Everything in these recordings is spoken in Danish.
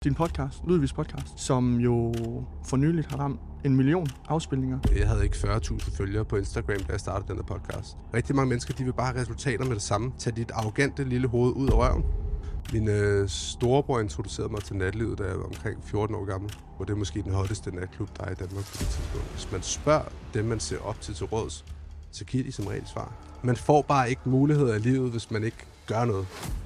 din podcast, Ludvigs podcast, som jo for nyligt har ramt 1 million afspilninger. Jeg havde ikke 40.000 følgere på Instagram, da jeg startede den her podcast. Rigtig mange mennesker, de vil bare have resultater med det samme. Tag dit arrogante lille hoved ud af røven. Min storebror introducerede mig til natlivet, da jeg var omkring 14 år gammel. Og det er måske den hotteste natklub, der er i Danmark på det tidspunkt. Hvis man spørger dem, man ser op til råds, så giver de som regel svar. Man får bare ikke muligheder i livet, hvis man ikke gør noget.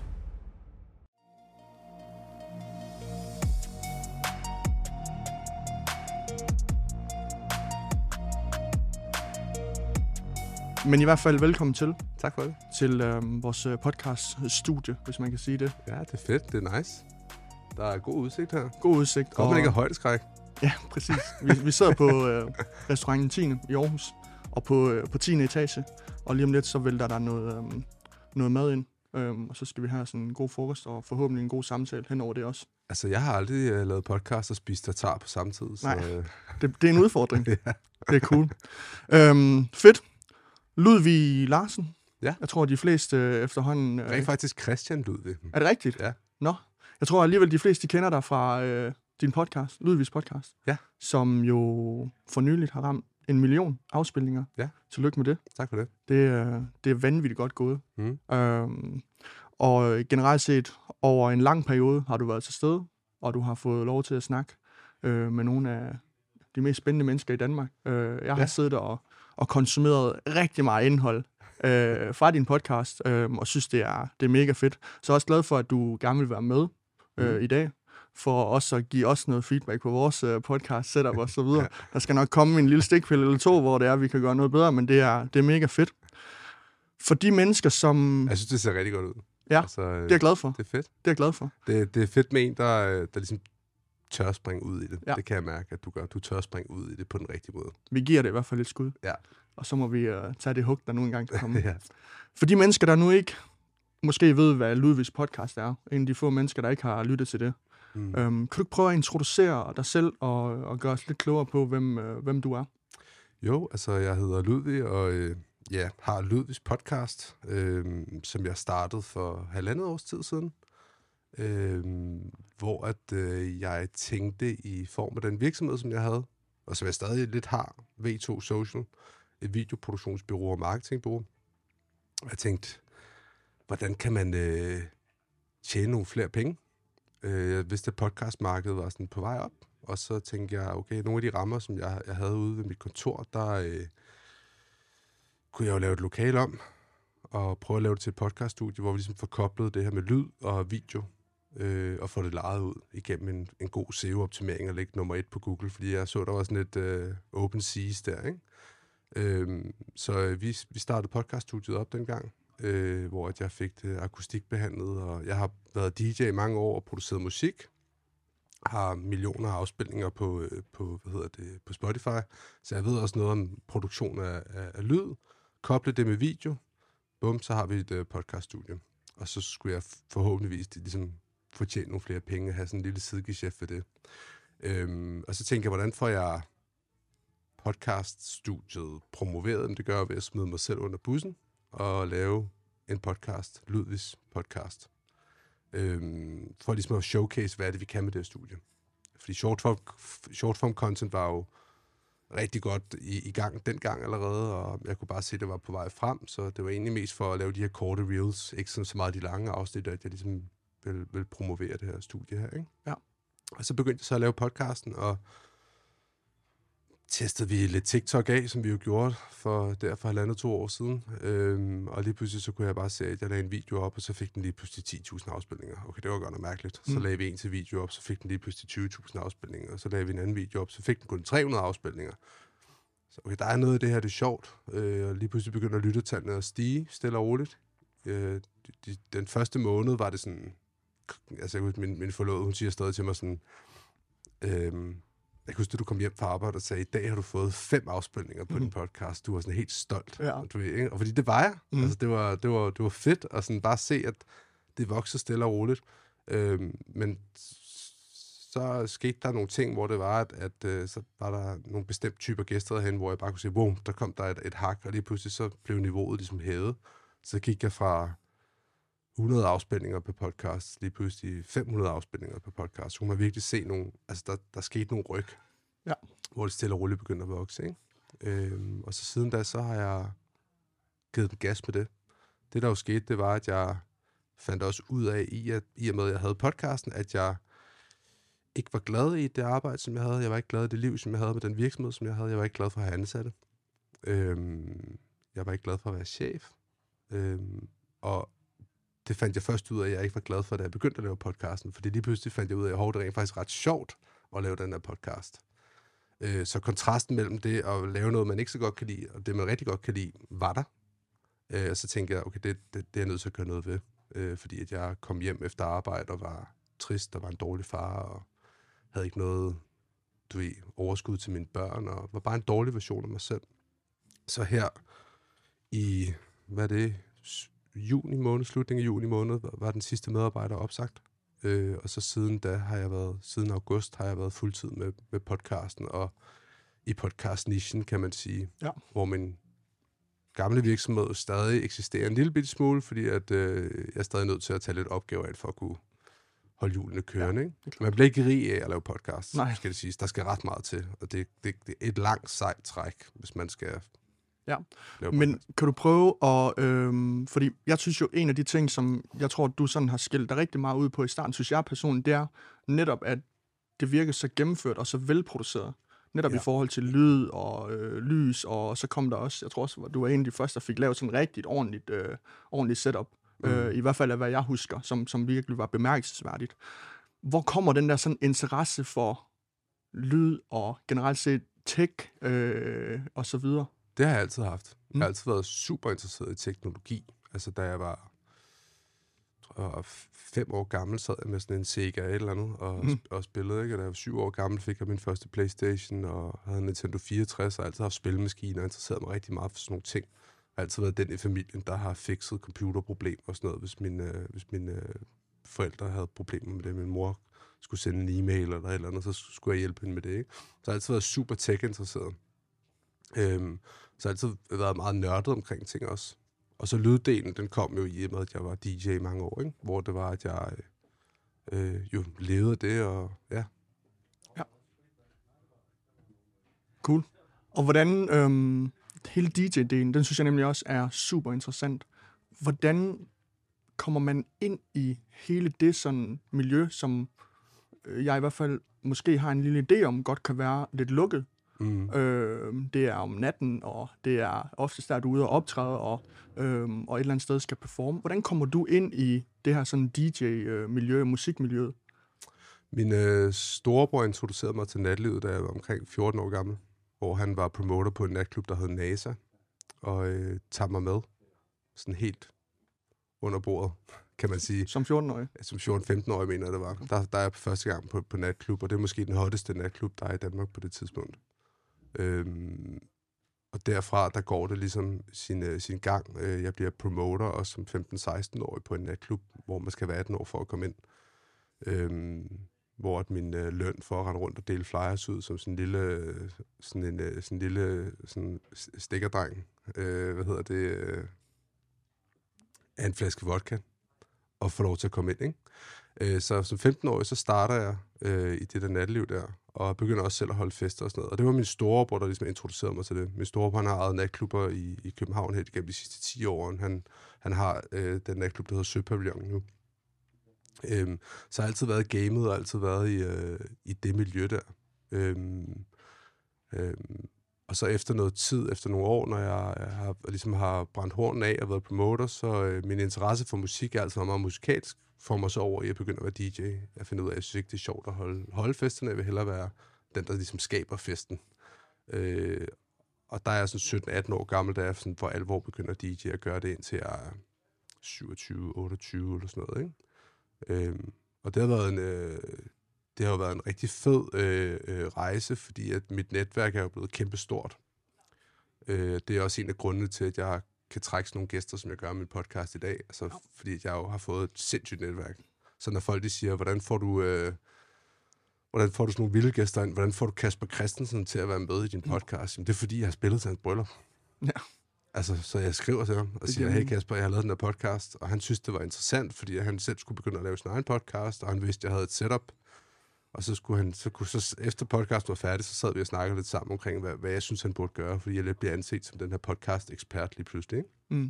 Men i hvert fald velkommen til. Tak for det. Til vores podcast-studie, hvis man kan sige det. Ja, det er fedt. Det er nice. Der er god udsigt her. God udsigt. Og man ikke har højdeskræk. Ja, præcis. Vi sidder på restauranten 10. i Aarhus, og på 10. etage. Og lige om lidt, så vælter der noget mad ind. Og så skal vi have sådan en god frokost, og forhåbentlig en god samtale hen over det også. Altså, jeg har aldrig lavet podcast og spist tartar på samme tid. Så... Nej, det er en udfordring. Ja. Det er cool. Fedt. Ludvig Larsen. Ja. Jeg tror, de fleste efterhånden... Det er faktisk Christian Ludvig. Er det rigtigt? Ja. Nå. Jeg tror alligevel, de fleste kender dig fra din podcast, Ludvigs podcast. Ja. Som jo for nyligt har ramt 1 million afspilninger. Ja. Tillykke med det. Tak for det. Det er vanvittigt godt gået. Mm. Og generelt set, over en lang periode har du været til stede, og du har fået lov til at snakke med nogle af de mest spændende mennesker i Danmark. Jeg har siddet og konsumeret rigtig meget indhold fra din podcast, og synes, det er mega fedt. Så jeg er også glad for, at du gerne vil være med i dag, for også at give os noget feedback på vores podcast setup og så videre. Ja. Der skal nok komme en lille stikpille eller to, hvor det er, vi kan gøre noget bedre, men det er mega fedt. For de mennesker, som... Jeg synes, det ser rigtig godt ud. Ja, altså, det er jeg glad for. Det er fedt. Det er jeg glad for. Det er fedt med en, der ligesom tør springe ud i det. Ja. Det kan jeg mærke, at du gør. Du tør springe ud i det på den rigtige måde. Vi giver det i hvert fald et skud. Ja. Og så må vi tage det hug, der nu engang kan komme. Ja. For de mennesker, der nu ikke måske ved, hvad Ludvigs podcast er, en af de få mennesker, der ikke har lyttet til det, kan du ikke prøve at introducere dig selv og gøre os lidt klogere på, hvem du er? Jo, altså jeg hedder Ludvig, og har Ludvigs podcast, som jeg startede for 1,5 års tid siden. Hvor jeg tænkte i form af den virksomhed, som jeg havde, og som jeg stadig lidt har, V2 Social, et videoproduktionsbureau og marketingbureau. Jeg tænkte, hvordan kan man tjene nogle flere penge? Jeg vidste, at podcastmarkedet var sådan på vej op, og så tænkte jeg, okay, nogle af de rammer, som jeg havde ude ved mit kontor, der kunne jeg jo lave et lokal om, og prøve at lave det til et podcaststudie, hvor vi ligesom forkoblede det her med lyd og video, og få det lejet ud igennem en god SEO-optimering og lægge nummer 1 på Google, fordi jeg så, der var sådan et open seas der, ikke? Så vi startede podcaststudiet op dengang, hvor jeg fik det akustikbehandlet, og jeg har været DJ i mange år og produceret musik, har millioner af afspilninger på Spotify, så jeg ved også noget om produktion af lyd, koble det med video, bum, så har vi et podcaststudie, og så skulle jeg forhåbentligvis ligesom fortjene nogle flere penge, og have sådan en lille sidegeschæft for det. Og så tænker jeg, hvordan får jeg podcaststudiet promoveret? Men det gør jeg ved at smide mig selv under bussen og lave en podcast, Ludvigs podcast. For ligesom at showcase, hvad er det, vi kan med det her studie. Fordi shortform content var jo rigtig godt i gang dengang allerede, og jeg kunne bare se, at det var på vej frem, så det var egentlig mest for at lave de her korte reels, ikke så meget de lange afsnit, at jeg ligesom vil promovere det her studie her, ikke? Ja. Og så begyndte jeg så at lave podcasten, og testede vi lidt TikTok af, som vi jo gjorde for 1,5-2 år siden. Og lige pludselig så kunne jeg bare se, at jeg lagde en video op, og så fik den lige pludselig 10.000 afspilninger. Okay, det var godt nok mærkeligt. Så lagde vi en til video op, så fik den lige pludselig 20.000 afspilninger. Og så lagde vi en anden video op, så fik den kun 300 afspilninger. Så okay, der er noget af det her, det er sjovt. Og lige pludselig begynder lyttertallene at stige stille og roligt. Den første måned var det sådan... Altså, min forlovede, hun siger stadig til mig sådan... Jeg kan huske, at du kom hjem fra arbejde og sagde, i dag har du fået 5 afspilninger på din podcast. Du var sådan helt stolt. Ja. Og fordi det var jeg. Altså, det var fedt at sådan bare se, at det voksede stille og roligt. Men så skete der nogle ting, hvor det var, at så var der nogle bestemte typer gæster derhen, hvor jeg bare kunne se, wow, der kom der et hak, og lige pludselig så blev niveauet ligesom hævet. Så gik jeg fra 100 afspilninger på podcast, lige pludselig 500 afspilninger på podcast. Så kunne man virkelig se nogle, altså der skete nogle ryg, Ja. hvor det stille og roligt begyndte at vokse, ikke? Og så siden da, så har jeg givet den gas med det. Det, der jo skete, det var, at jeg fandt også ud af, i og med, at jeg havde podcasten, at jeg ikke var glad i det arbejde, som jeg havde. Jeg var ikke glad i det liv, som jeg havde med den virksomhed, som jeg havde. Jeg var ikke glad for at have ansatte. Jeg var ikke glad for at være chef. Og det fandt jeg først ud af, at jeg ikke var glad for, da jeg begyndte at lave podcasten. Fordi lige pludselig fandt jeg ud af, at det er rent faktisk ret sjovt at lave den her podcast. Så kontrasten mellem det at lave noget, man ikke så godt kan lide, og det, man rigtig godt kan lide, var der. Og så tænkte jeg, okay, det er jeg nødt til at gøre noget ved. Fordi at jeg kom hjem efter arbejde og var trist og var en dårlig far, og havde ikke noget, overskud til mine børn, og var bare en dårlig version af mig selv. Så her i, slutningen af juni måned, var den sidste medarbejder opsagt. Og så siden august har jeg været fuldtid med podcasten, og i podcast-nichen, kan man sige, hvor min gamle virksomhed stadig eksisterer en lille bitte smule, fordi at, jeg er stadig nødt til at tage lidt opgaver af, for at kunne holde hjulene kørende. Ja, ikke? Man bliver ikke rig af at lave podcast, skal det siges. Der skal ret meget til, og det er et langt sejt træk, hvis man skal lave podcast. Men kan du prøve at... fordi jeg synes jo, en af de ting, som jeg tror, du sådan har skilt dig rigtig meget ud på i starten, synes jeg personligt, det er netop, at det virker så gennemført og så velproduceret. Netop i forhold til lyd og lys, og så kom der også, jeg tror også, du var en af de første, der fik lavet sådan rigtigt ordentligt setup. I hvert fald af, hvad jeg husker, som virkelig var bemærkelsesværdigt. Hvor kommer den der sådan interesse for lyd og generelt set tech og så videre? Det har jeg altid haft. Jeg har altid været super interesseret i teknologi. Altså, da jeg var 5 år gammel, sad jeg med sådan en Sega eller andet og spillede, ikke? Og da jeg var 7 år gammel, fik jeg min første PlayStation og havde en Nintendo 64, og altid haft spilmaskiner og interesseret mig rigtig meget for sådan nogle ting. Jeg har altid været den i familien, der har fikset computerproblemer og sådan noget, hvis mine forældre havde problemer med det. Min mor skulle sende en e-mail eller et eller andet, så skulle jeg hjælpe hende med det, ikke? Så jeg har altid været super tech-interesseret. Så jeg har altid været meget nørdet omkring ting også. Og så lyddelen, den kom jo i med, at jeg var DJ i mange år, ikke? Hvor det var, at jeg jo levede det, og ja. Cool. Og hvordan hele DJ-delen, den synes jeg nemlig også er super interessant. Hvordan kommer man ind i hele det sådan miljø, som jeg i hvert fald måske har en lille idé om, godt kan være lidt lukket? Det er om natten, og det er oftest, der er du ude og optræde, og et eller andet sted skal performe. Hvordan kommer du ind i det her sådan DJ-miljø, musikmiljøet? Min storebror introducerede mig til natlivet, da jeg var omkring 14 år gammel, hvor han var promoter på en natklub, der hed NASA, og tager mig med, sådan helt under bordet, kan man sige. Som 14-årig? Som 14-15-årig, mener jeg, det var. Der er jeg på første gang på natklub, og det er måske den hotteste natklub, der er i Danmark på det tidspunkt. Og derfra, der går det ligesom sin gang. Jeg bliver promoter også som 15-16-årig på en natklub, hvor man skal være 18 år for at komme ind. Hvor at min løn for at rende rundt og dele flyers ud som sådan en lille stikkerdreng. Af en flaske vodka. Og få lov til at komme ind, ikke? Så som 15-årig, så starter jeg i det der natteliv der, og begynder også selv at holde fester og sådan noget. Og det var min storebror, der ligesom introducerede mig til det. Min storebror, han har ejet natklubber i København helt gennem de sidste 10 år. Han har den natklub, der hedder Søpavillon nu. Så jeg har altid været gamet, og altid været i det miljø der. Og så efter noget tid, efter nogle år, når jeg ligesom har brændt hornen af og været promoter, så min interesse for musik er altid meget musikalsk, får mig så over i at begynde at være DJ. Jeg finder ud af, at jeg synes ikke, det er sjovt at holde festerne. Jeg vil hellere være den, der ligesom skaber festen. Og der er jeg sådan 17-18 år gammel, da jeg sådan for alvor begynder at DJ og gøre det, indtil jeg er 27, 28 eller sådan noget, ikke? Og det har været en rigtig fed rejse, fordi at mit netværk er jo blevet kæmpestort. Det er også en af grundene til, at jeg kan trække sådan nogle gæster, som jeg gør med min podcast i dag. Altså, fordi jeg jo har fået et sindssygt netværk. Så når folk de siger, hvordan får du sådan nogle vilde gæster ind? Hvordan får du Kasper Christensen til at være med i din podcast? Jamen, det er fordi, jeg har spillet til hans bryllup. Ja. Altså, så jeg skriver til ham og siger, hey Kasper, jeg har lavet den her podcast, og han synes, det var interessant, fordi han selv skulle begynde at lave sin egen podcast, og han vidste, at jeg havde et setup. Og så efter podcasten var færdig, så sad vi og snakkede lidt sammen omkring, hvad jeg synes, han burde gøre, fordi jeg lidt bliver anset som den her podcast-ekspert lige pludselig, ikke?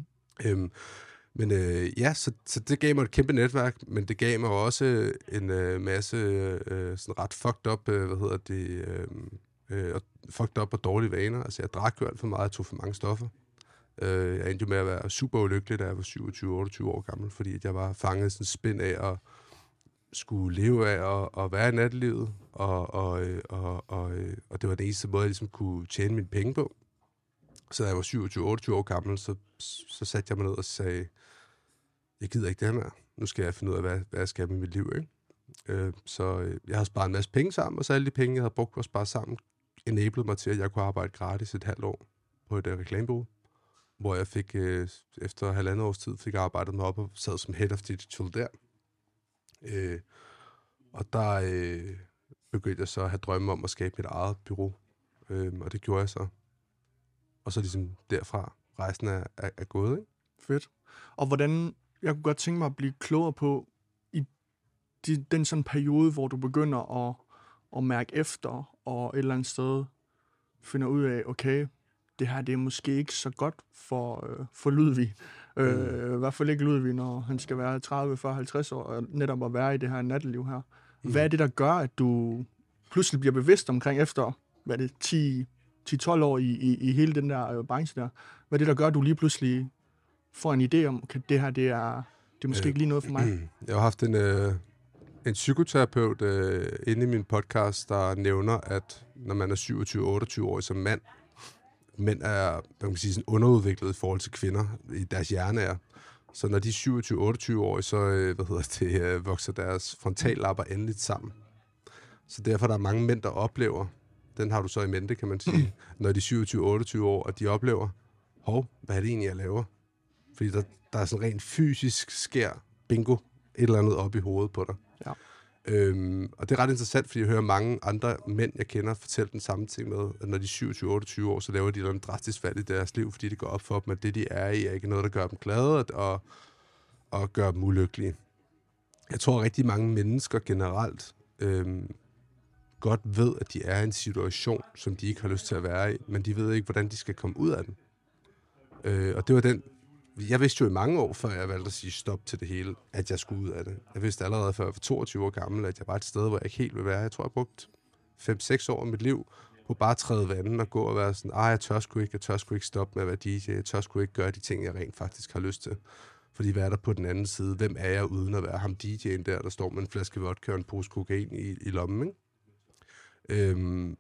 Så det gav mig et kæmpe netværk, men det gav mig også en masse sådan ret fucked up, fucked up og dårlige vaner. Altså, jeg drak jo alt for meget, jeg tog for mange stoffer. Jeg endte jo med at være super ulykkelig, da jeg var 27-28 år gammel, fordi jeg var fanget i sådan en spind af at skulle leve af at være i nattelivet, og det var den eneste måde, jeg ligesom kunne tjene mine penge på. Så da jeg var 27-28 år gammel, så satte jeg mig ned og sagde, jeg gider ikke det her mere. Nu skal jeg finde ud af, hvad jeg skal med mit liv, ikke? Så jeg havde sparet en masse penge sammen, og så alle de penge, jeg havde brugt på at spare sammen, enablede mig til, at jeg kunne arbejde gratis et halvt år på et reklamebureau, hvor jeg fik, efter 1,5 års tid, fik arbejdet mig op og sad som head of digital der. Og der begyndte jeg så at have drømme om at skabe mit eget bureau, og det gjorde jeg så. Og så ligesom derfra, rejsen er gået, ikke? Fedt. Og hvordan, jeg kunne godt tænke mig at blive klogere på, i den sådan periode, hvor du begynder at mærke efter, og et eller andet sted finder ud af, okay, det her det er måske ikke så godt for Ludvig. I hvert fald ikke Ludvig, når han skal være 30, 40, 50 år, og netop at være i det her natteliv her. Hvad er det, der gør, at du pludselig bliver bevidst omkring efter, hvad er det, 10-12 år i hele den der branche der? Hvad er det, der gør, at du lige pludselig får en idé om, okay, det her det er måske ikke lige noget for mig? Jeg har haft en psykoterapeut inde i min podcast, der nævner, at når man er 27-28 år som mænd er, hvad kan man sige, sådan underudviklet i forhold til kvinder i deres hjerne er. Så når de er 27-28 år, så vokser deres frontallapper endeligt sammen. Så derfor er der mange mænd, der oplever, den har du så i mente, kan man sige, når de er 27-28 år, og de oplever, hvad er det egentlig, jeg laver? Fordi der er sådan rent fysisk sker bingo, et eller andet op i hovedet på dig. Ja. Og det er ret interessant, fordi jeg hører mange andre mænd, jeg kender, fortælle den samme ting med, at når de er 27-28 år, så laver de noget drastisk valg i deres liv, fordi det går op for dem, at det, de er i, er ikke noget, der gør dem glade og gør dem ulykkelige. Jeg tror, at rigtig mange mennesker generelt godt ved, at de er i en situation, som de ikke har lyst til at være i, men de ved ikke, hvordan de skal komme ud af den. Og det var den. Jeg vidste jo i mange år, før jeg valgte at sige stop til det hele, at jeg skulle ud af det. Jeg vidste allerede, før jeg var 22 år gammel, at jeg var et sted, hvor jeg ikke helt ville være. Jeg tror, jeg brugt 5-6 år af mit liv på bare at træde vandet og gå og være sådan, jeg tør sgu ikke stoppe med at være DJ, jeg tør sgu ikke gøre de ting, jeg rent faktisk har lyst til. Fordi hvad er der på den anden side? Hvem er jeg uden at være ham DJ'en der står med en flaske vodka og en pose kokain i lommen, ikke?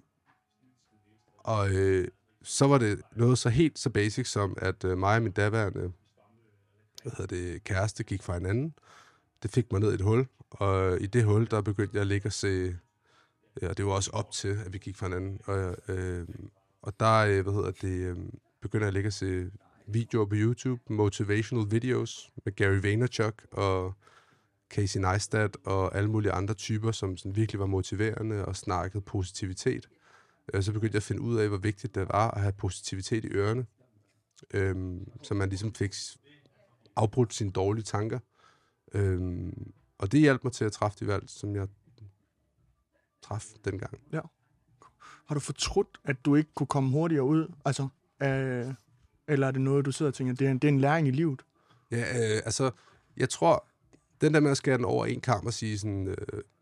Så var det noget så helt så basic som, at mig og min daværende kæreste gik fra hinanden. Det fik mig ned i et hul, og i det hul, der begyndte jeg at ligge og se, og det var også op til, at vi gik fra hinanden, og der, begyndte jeg at ligge og se videoer på YouTube, motivational videos med Gary Vaynerchuk og Casey Neistat og alle mulige andre typer, som sådan virkelig var motiverende og snakkede positivitet. Så begyndte jeg at finde ud af, hvor vigtigt det var at have positivitet i ørerne, så man ligesom fik afbrudt sine dårlige tanker. Og det hjalp mig til at træffe de valg, som jeg traf dengang. Ja. Har du fortrudt, at du ikke kunne komme hurtigere ud? Altså, eller er det noget, du sidder og tænker, det er en læring i livet? Ja, jeg tror, den der med at skære den over en kam og sige sådan,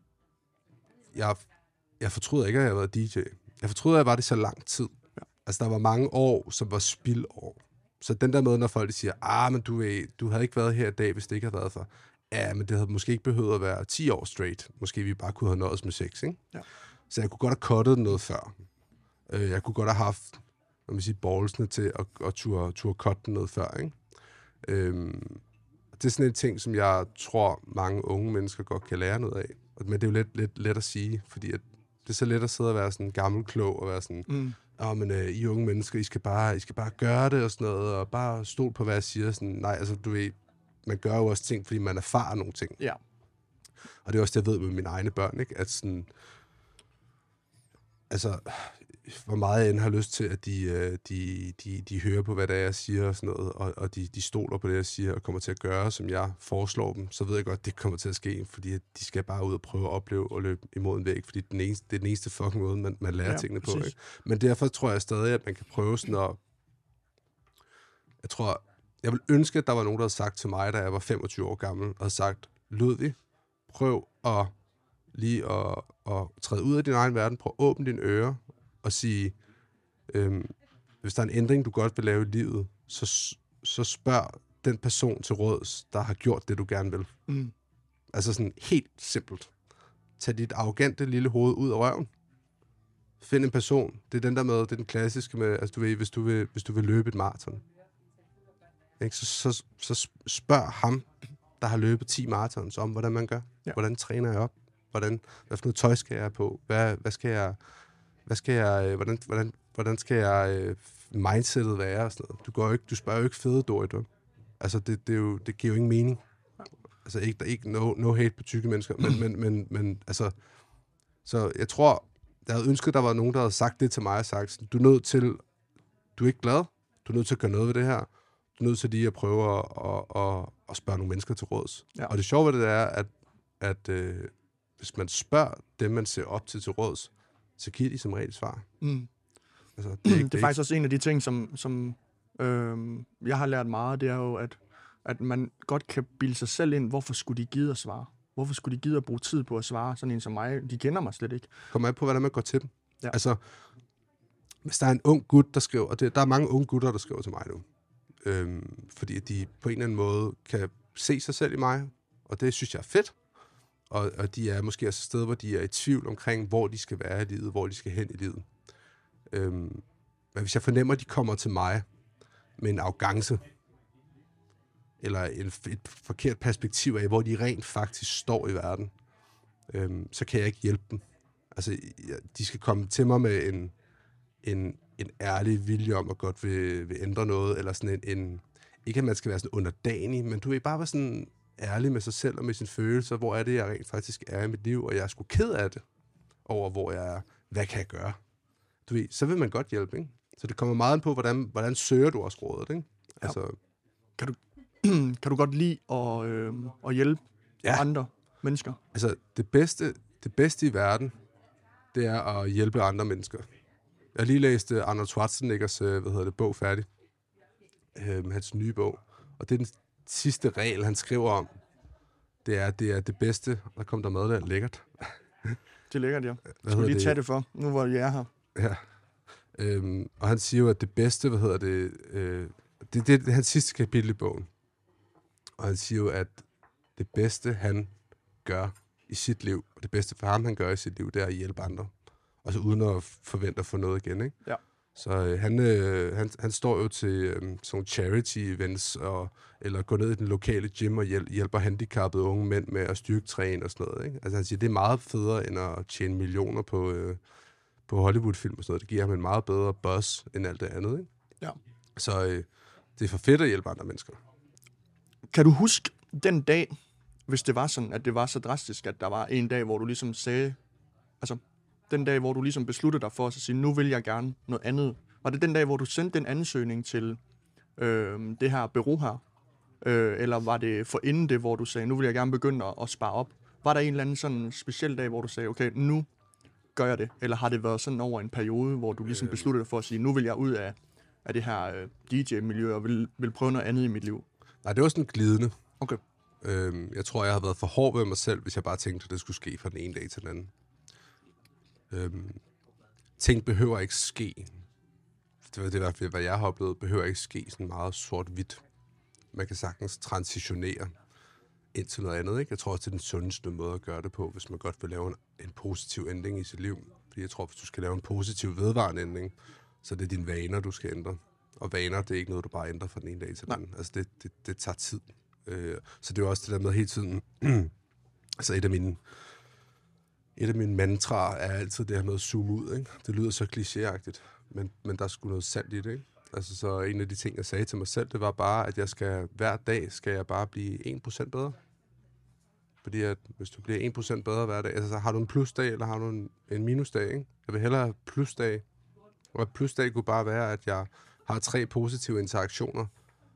jeg fortryder ikke, at jeg har været DJ. Jeg fortryder, at jeg var det så lang tid. Ja. Altså, der var mange år, som var spildår. Så den der måde, når folk siger, men du havde ikke været her i dag, hvis det ikke havde været for. Ja, men det havde måske ikke behøvet at være 10 år straight. Måske vi bare kunne have nået med 6, ikke? Ja. Så jeg kunne godt have cuttet noget før. Jeg kunne godt have haft, ballsene til at turde cutte noget før, ikke? Det er sådan en ting, som jeg tror, mange unge mennesker godt kan lære noget af. Men det er jo lidt let at sige, fordi at det er så let at sidde og være sådan gammel klog og være sådan, I unge mennesker, I skal bare gøre det og sådan noget, og bare stol på, hvad jeg siger. Sådan, nej, altså du ved, man gør jo også ting, fordi man erfarer nogle ting. Ja. Og det er også det, jeg ved med mine egne børn, ikke? At sådan, altså, hvor meget jeg end har lyst til, at de hører på, hvad det er, jeg siger og sådan noget, og de stoler på det, jeg siger, og kommer til at gøre, som jeg foreslår dem, så ved jeg godt, det kommer til at ske, fordi de skal bare ud og prøve at opleve og løbe imod en væg, fordi det er den eneste fucking måde, man lærer tingene på. Ikke? Men derfor tror jeg stadig, at man kan prøve sådan at... Jeg vil ønske, at der var nogen, der havde sagt til mig, da jeg var 25 år gammel, og havde sagt, Ludvig, prøv at lige at træde ud af din egen verden, prøv at åbne dine ører, og sige, hvis der er en ændring, du godt vil lave i livet, så spørg den person til råds, der har gjort det, du gerne vil. Mm. Altså sådan helt simpelt. Tag dit arrogante lille hoved ud af røven. Find en person. Det er den der med, det er den klassiske med, altså du ved, hvis du vil løbe et maraton. Så spørg ham, der har løbet 10 marathons, om hvordan man gør. Ja. Hvordan træner jeg op? Hvad for noget tøj skal jeg på? Hvordan skal jeg mindsetet være og sådan noget? Du spørger jo ikke fede Dorit. Altså det giver jo ingen mening. Altså ikke no hate på tykke mennesker, men altså så jeg tror, jeg havde ønsket, der var nogen, der havde sagt det til mig og sagt, du er ikke glad, du er nødt til at gøre noget ved det her. Du er nødt til lige at prøve at spørge nogle mennesker til råds. Ja. Og det sjove ved det er, at hvis man spørger dem, man ser op til råds, så giver de som regel svar. Mm. Altså, det er faktisk også en af de ting, som jeg har lært meget, det er jo, at man godt kan bilde sig selv ind, hvorfor skulle de gide at svare? Hvorfor skulle de gide at bruge tid på at svare? Sådan en som mig, de kender mig slet ikke. Kom af på, hvordan man går til dem. Ja. Altså, hvis der er en ung gut, der skriver, og der er mange unge gutter, der skriver til mig nu, fordi de på en eller anden måde kan se sig selv i mig, og det synes jeg er fedt. Og de er måske også et sted, hvor de er i tvivl omkring, hvor de skal være i livet, hvor de skal hen i livet. Men hvis jeg fornemmer, at de kommer til mig med en arrogance, eller et forkert perspektiv af, hvor de rent faktisk står i verden, så kan jeg ikke hjælpe dem. Altså, de skal komme til mig med en ærlig vilje om at godt vil ændre noget, eller sådan en ikke at man skal være sådan underdanig, men du vil bare være sådan ærlig med sig selv og med sine følelser, hvor er det, jeg rent faktisk er i mit liv, og jeg er sgu ked af det, over hvor jeg er, hvad kan jeg gøre? Du ved, så vil man godt hjælpe, ikke? Så det kommer meget an på, hvordan søger du også rådet, ikke? Ja. Altså, kan du godt lide at hjælpe andre mennesker? Altså, det bedste i verden, det er at hjælpe andre mennesker. Jeg har lige læst Arnold Schwarzeneggers bog færdig. Hans nye bog. Og det er den sidste regel, han skriver om. Det er det bedste. Der kom der mad, der er lækkert. Det er lækkert, ja. Jeg skal lige tage det for, nu hvor jeg er her. Ja. Og han siger jo, at det bedste, det er hans sidste kapitel i bogen. Og han siger jo, at det bedste, han gør i sit liv, og det bedste for ham, han gør i sit liv, det er at hjælpe andre. Og så uden at forvente at få noget igen, ikke? Ja. Så han står jo til sådan nogle charity-events, eller går ned i den lokale gym og hjælper handicappede unge mænd med at styrketræne og sådan noget, ikke? Altså han siger, det er meget federe, end at tjene millioner på Hollywood-film og sådan noget. Det giver ham en meget bedre buzz end alt det andet, ikke? Ja. Så det er for fedt at hjælpe andre mennesker. Kan du huske den dag, hvis det var sådan, at det var så drastisk, at der var en dag, hvor du ligesom sagde, altså den dag, hvor du ligesom besluttede dig for at sige, nu vil jeg gerne noget andet. Var det den dag, hvor du sendte den ansøgning til det her bureau her? Eller var det for inden det, hvor du sagde, nu vil jeg gerne begynde at spare op? Var der en eller anden sådan speciel dag, hvor du sagde, okay, nu gør jeg det? Eller har det været sådan over en periode, hvor du ligesom besluttede dig for at sige, nu vil jeg ud af det her DJ-miljø og vil prøve noget andet i mit liv? Nej, det var sådan glidende. Okay. Jeg tror, jeg har været for hård ved mig selv, hvis jeg bare tænkte, at det skulle ske fra den ene dag til den anden. Ting behøver ikke ske. Det er i hvert fald, hvad jeg har oplevet, behøver ikke ske sådan meget sort-hvidt. Man kan sagtens transitionere ind til noget andet, ikke? Jeg tror også, det er den sundeste måde at gøre det på, hvis man godt vil lave en positiv ændring i sit liv. Fordi jeg tror, hvis du skal lave en positiv vedvarende ændring, så er det dine vaner, du skal ændre. Og vaner, det er ikke noget, du bare ændrer fra den ene dag til den anden. Altså, det tager tid. Så det er jo også det der med hele tiden... altså, et af mine mantraer er altid det her med at zoome ud, ikke? Det lyder så klichéagtigt, men der er sgu noget sandt i det, ikke? Altså, så en af de ting, jeg sagde til mig selv, det var bare, at hver dag skal jeg bare blive 1% bedre. Fordi at hvis du bliver 1% bedre hver dag, altså så har du en plusdag, eller har du en minusdag, ikke? Jeg vil hellere have plusdag, Og et plusdag kunne bare være, at jeg har 3 positive interaktioner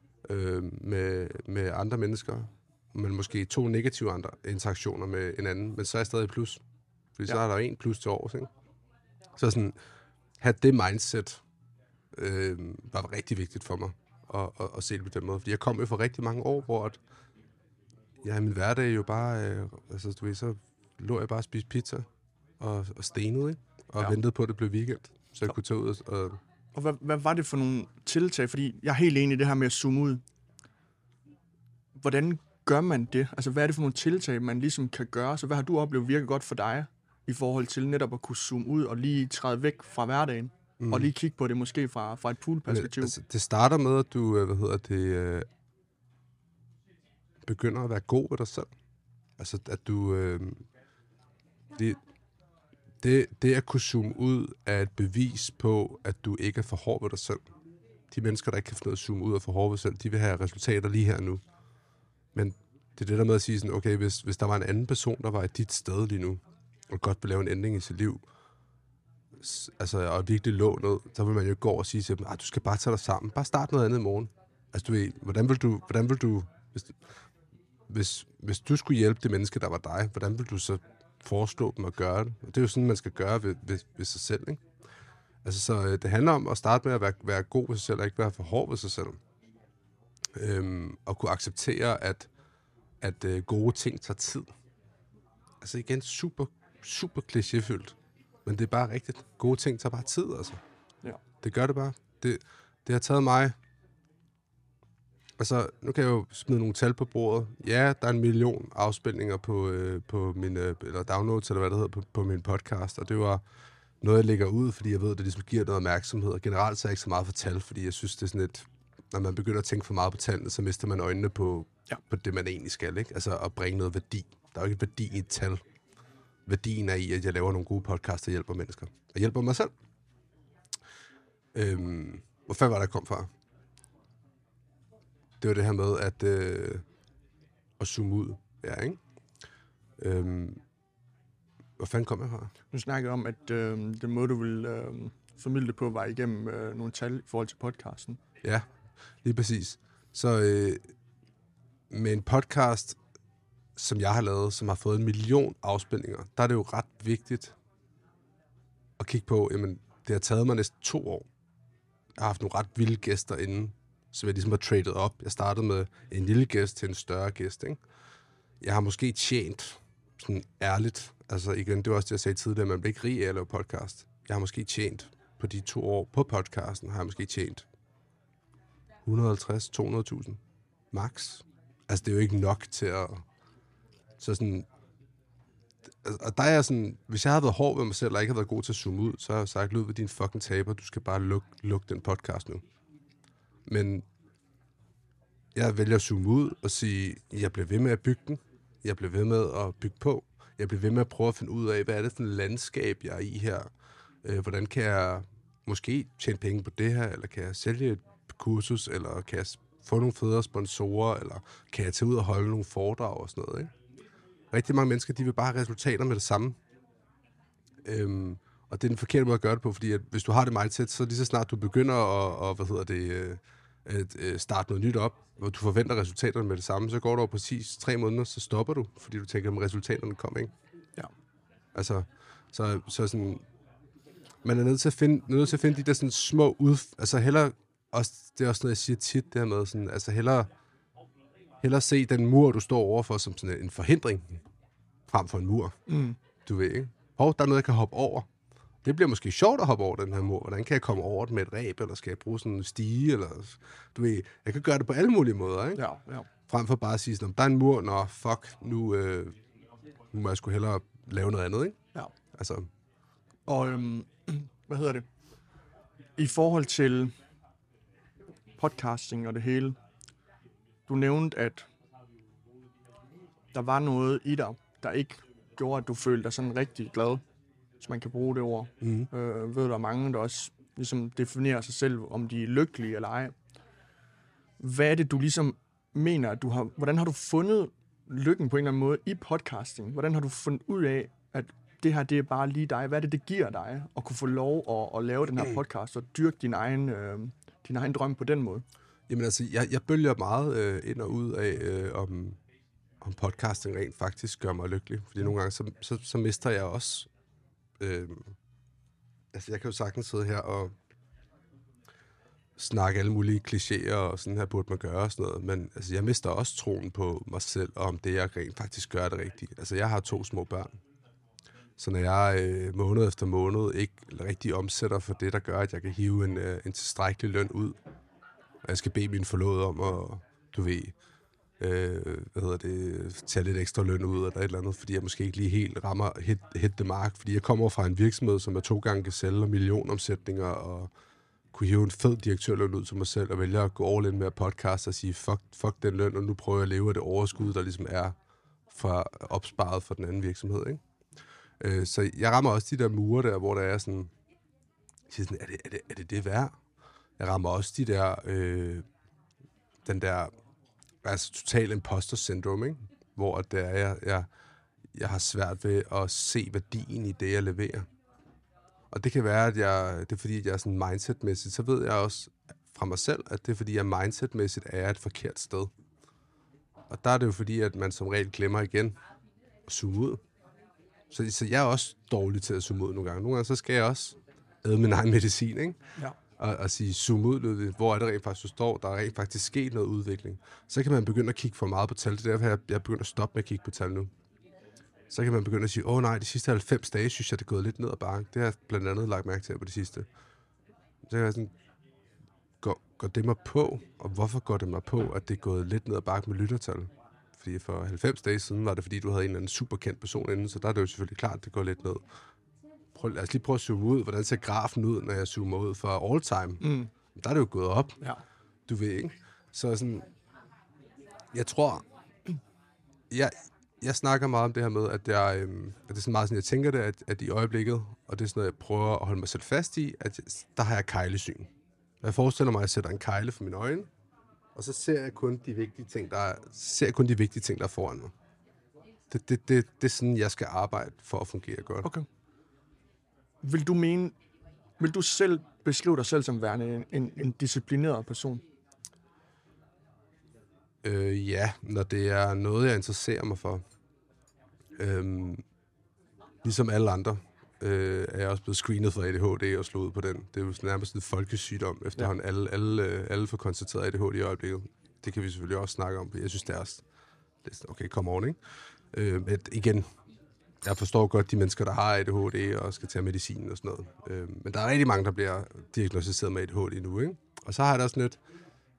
med andre mennesker, men måske 2 negative andre interaktioner med en anden, men så er jeg stadig plus. Fordi så er der 1 plus til års, ikke? Så sådan, have det mindset var rigtig vigtigt for mig at se det på den måde. Fordi jeg kom jo for rigtig mange år, hvor at, min hverdag jo bare, du ved, så lå jeg bare og spiste pizza og stenede, ikke? Og ventede på, at det blev weekend, så jeg kunne tage ud og... Og hvad var det for nogle tiltag? Fordi jeg er helt enig i det her med at zoome ud. Hvordan gør man det? Altså, hvad er det for nogle tiltag, man ligesom kan gøre? Så hvad har du oplevet virker godt for dig, i forhold til netop at kunne zoome ud og lige træde væk fra hverdagen, og lige kigge på det måske fra et poolperspektiv? Altså, det starter med, at du, begynder at være god ved dig selv. Altså, at du... Det at kunne zoome ud er et bevis på, at du ikke er for hård ved dig selv. De mennesker, der ikke kan finde noget at zoome ud og for hård ved sig selv, de vil have resultater lige her nu. Men det er det der med at sige sådan, okay, hvis der var en anden person, der var i dit sted lige nu, og godt vil lave en ændring i sit liv, altså, og virkelig lå ned, så vil man jo gå over og sige til dem, du skal bare tage dig sammen. Bare start noget andet i morgen. Altså, du ved, hvordan vil du hvis du skulle hjælpe det menneske, der var dig, hvordan vil du så foreslå dem at gøre det? Og det er jo sådan, man skal gøre ved sig selv, ikke? Altså, så det handler om at starte med at være god ved sig selv, og ikke være for hård ved sig selv. Og kunne acceptere, at gode ting tager tid. Altså igen, super, super klichéfyldt. Men det er bare rigtigt. Gode ting tager bare tid, altså. Ja. Det gør det bare. Det har taget mig... Altså, nu kan jeg jo smide nogle tal på bordet. Ja, der er 1 million afspilninger på min... eller downloads, eller hvad det hedder, på min podcast. Og det var noget, jeg lægger ud, fordi jeg ved, at det ligesom giver noget opmærksomhed. Og generelt så er jeg ikke så meget for tal, fordi jeg synes, det er sådan et... Når man begynder at tænke for meget på tallene, så mister man øjnene på det, man egentlig skal, ikke? Altså at bringe noget værdi. Der er jo ikke værdi i et tal. Værdien er i, at jeg laver nogle gode podcasts, der hjælper mennesker. Og hjælper mig selv. Hvor fanden var det, jeg kom fra? Det var det her med at zoome ud. Ja, ikke? Hvor fanden kom jeg fra? Du snakkede om, at den måde, du ville formidle det på, var igennem nogle tal i forhold til podcasten. Ja, lige præcis. Så med en podcast, som jeg har lavet, som har fået 1 million afspilninger, der er det jo ret vigtigt at kigge på, jamen, det har taget mig næsten 2 år. Jeg har haft nogle ret vilde gæster inden, som jeg ligesom har tradet op. Jeg startede med en lille gæst til en større gæst, ikke? Jeg har måske tjent, sådan ærligt, altså igen, det var også det, jeg sagde tidligere, man bliver ikke rig af at lave podcast. Jeg har måske tjent på de 2 år på podcasten, har jeg måske tjent 150-200.000 max. Altså, det er jo ikke nok til at... Så sådan... Og der er jeg sådan... Hvis jeg havde været hård ved mig selv, og ikke havde været god til at zoome ud, så har jeg sagt, ved din fucking taber, du skal bare lukke den podcast nu. Men jeg vælger at zoome ud og sige, jeg bliver ved med at bygge den. Jeg bliver ved med at bygge på. Jeg bliver ved med at prøve at finde ud af, hvad er det for et landskab, jeg er i her? Hvordan kan jeg måske tjene penge på det her, eller kan jeg sælge et kursus, eller kan jeg få nogle federe sponsorer, eller kan jeg tage ud og holde nogle foredrag og sådan noget, ikke? Rigtig mange mennesker, de vil bare have resultater med det samme. Og det er den forkerte måde at gøre det på, fordi at hvis du har det mindset, så lige så snart du begynder at starte noget nyt op, hvor du forventer resultaterne med det samme, så går der over præcis 3 måneder, så stopper du, fordi du tænker, at resultaterne kommer, ikke? Ja. Altså, så sådan, man er nødt til at finde de der sådan små altså hellere, også, det er også noget, jeg siger tit, det her med sådan, altså hellere se den mur, du står overfor, som sådan en forhindring, frem for en mur. Du ved, ikke? Der er noget, jeg kan hoppe over. Det bliver måske sjovt at hoppe over den her mur. Hvordan kan jeg komme over det med et reb, eller skal jeg bruge sådan en stige, eller du ved, jeg kan gøre det på alle mulige måder, ikke? Ja. Frem for bare at sige sådan, der er en mur, fuck, nu må jeg sgu hellere lave noget andet, ikke? Ja. Altså. Og hvad hedder det? I forhold til podcasting og det hele, du nævnte, at der var noget i dig, der ikke gjorde, at du følte dig sådan rigtig glad, hvis man kan bruge det ord. Ved der er mange, der også ligesom definerer sig selv, om de er lykkelige eller ej. Hvad er det, du ligesom mener, at du har... Hvordan har du fundet lykken på en eller anden måde i podcasting? Hvordan har du fundet ud af, at det her, det er bare lige dig. Hvad er det giver dig at kunne få lov at lave den her podcast og dyrke din egen drøm på den måde? Jamen altså, jeg bølger meget ind og ud af, om podcasting rent faktisk gør mig lykkelig. Fordi nogle gange, så mister jeg også... altså, jeg kan jo sagtens sidde her og snakke alle mulige klichéer, og sådan her burde man gøre og sådan noget. Men altså, jeg mister også troen på mig selv, og om det, jeg rent faktisk gør det rigtigt. Altså, jeg har 2 små børn. Så når jeg måned efter måned ikke rigtig omsætter for det, der gør, at jeg kan hive en tilstrækkelig løn ud, og jeg skal bede min forlovede om at, du ved, tage lidt ekstra løn ud eller et eller andet, fordi jeg måske ikke lige helt rammer hit the mark, fordi jeg kommer fra en virksomhed, som er 2 gange kan sælge millionomsætninger, og kunne hive en fed direktørløn ud til mig selv, og vælge at gå all in med at podcast og sige, fuck den løn, og nu prøver jeg at leve af det overskud, der ligesom er fra opsparet for den anden virksomhed, ikke? Så jeg rammer også de der mure der, hvor der er sådan, er det værd? Jeg rammer også de der, den der, altså total imposter syndrome, ikke? Hvor det er, jeg har svært ved at se værdien i det, jeg leverer. Og det kan være, at det er fordi, at jeg er sådan mindsetmæssigt, så ved jeg også fra mig selv, at det er fordi, jeg mindsetmæssigt er et forkert sted. Og der er det jo fordi, at man som regel glemmer igen at zoome ud. Så jeg er også dårlig til at zoome ud nogle gange. Nogle gange så skal jeg også æde min egen medicin, ikke? Ja. Og sige, zoom ud, hvor er det rent faktisk, du står, der er rent faktisk sket noget udvikling. Så kan man begynde at kigge for meget på tal. Det er derfor, jeg begynder at stoppe med at kigge på tal nu. Så kan man begynde at sige, nej, de sidste 90 dage, synes jeg, det er gået lidt ned ad bakken. Det har jeg blandt andet lagt mærke til på det sidste. Så kan jeg sådan, går det mig på, og hvorfor går det mig på, at det er gået lidt ned ad bakken med lyttertal? Fordi for 90 dage siden var det, fordi du havde en eller anden super kendt person inden, så der er det jo selvfølgelig klart, at det går lidt ned. Lad os lige prøve at zoome ud. Hvordan ser grafen ud, når jeg zoomer ud for all time? Der er det jo gået op. Ja. Du ved ikke. Så sådan, jeg tror, jeg snakker meget om det her med, at det er sådan meget sådan, jeg tænker det, at i øjeblikket, og det er sådan noget, jeg prøver at holde mig selv fast i, at der har jeg kejlesyn. Jeg forestiller mig, at jeg sætter en kejle for mine øjne, og så ser jeg kun de vigtige ting, der er foran mig. Det er sådan, jeg skal arbejde for at fungere godt. Okay. Vil du selv beskrive dig selv som værende en disciplineret person? Ja, når det er noget, jeg interesserer mig for. Ligesom alle andre er jeg også blevet screenet for ADHD og slået ud på den. Det er jo nærmest en folkesygdom efterhånden. Ja. Alle får konstateret ADHD i øjeblikket. Det kan vi selvfølgelig også snakke om. Jeg synes, det er okay, come on, ikke? Men igen, jeg forstår godt de mennesker, der har ADHD og skal tage medicin og sådan noget. Men der er rigtig mange, der bliver diagnosticeret med ADHD nu, ikke? Og så har jeg da sådan lidt...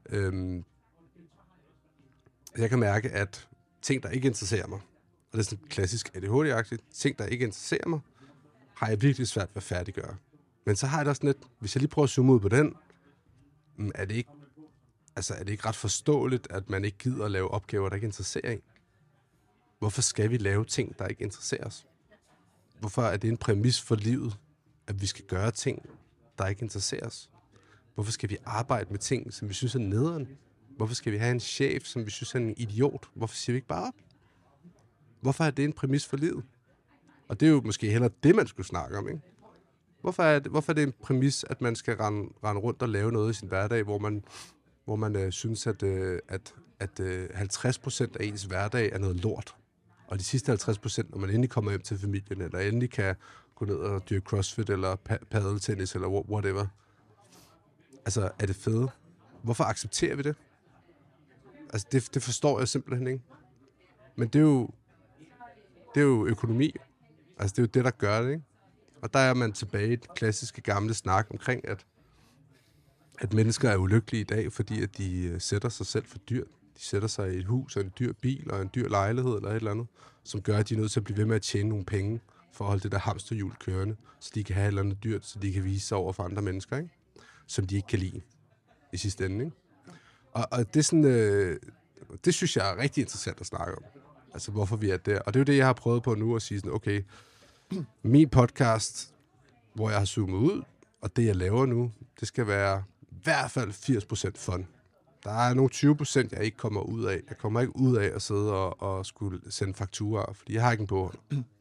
jeg kan mærke, at ting, der ikke interesserer mig, og det er sådan klassisk ADHD-agtigt, ting, der ikke interesserer mig, har jeg virkelig svært ved at færdiggøre. Men så har jeg da sådan lidt... Hvis jeg lige prøver at zoome ud på den, er det ikke ret forståeligt, at man ikke gider at lave opgaver, der ikke interesserer en? Hvorfor skal vi lave ting, der ikke interesserer os? Hvorfor er det en præmis for livet, at vi skal gøre ting, der ikke interesserer os? Hvorfor skal vi arbejde med ting, som vi synes er nederen? Hvorfor skal vi have en chef, som vi synes er en idiot? Hvorfor siger vi ikke bare op? Hvorfor er det en præmis for livet? Og det er jo måske heller det, man skulle snakke om, ikke? Hvorfor er det en præmis, at man skal rende rundt og lave noget i sin hverdag, hvor man synes, at 50% af ens hverdag er noget lort? Og de sidste 50%, når man endelig kommer hjem til familien, eller endelig kan gå ned og dyrke crossfit, eller paddeltennis, eller whatever. Altså, er det fede? Hvorfor accepterer vi det? Altså, det forstår jeg simpelthen ikke. Men det er jo økonomi. Altså, det er jo det, der gør det, ikke? Og der er man tilbage i den klassiske gamle snak omkring, at mennesker er ulykkelige i dag, fordi at de sætter sig selv for dyrt. De sætter sig i et hus og en dyr bil og en dyr lejlighed eller et eller andet, som gør, at de er nødt til at blive ved med at tjene nogle penge for at holde det der hamsterhjul kørende, så de kan have et eller andet dyrt, så de kan vise sig over for andre mennesker, ikke? Som de ikke kan lide i sidste ende, ikke? Og det er sådan, det synes jeg er rigtig interessant at snakke om. Altså, hvorfor vi er der. Og det er jo det, jeg har prøvet på nu at sige sådan, okay, min podcast, hvor jeg har zoomet ud, og det, jeg laver nu, det skal være i hvert fald 80% fun. Der er nogle 20%, jeg ikke kommer ud af. Jeg kommer ikke ud af at sidde og skulle sende fakturaer, fordi jeg har ikke en bogholder.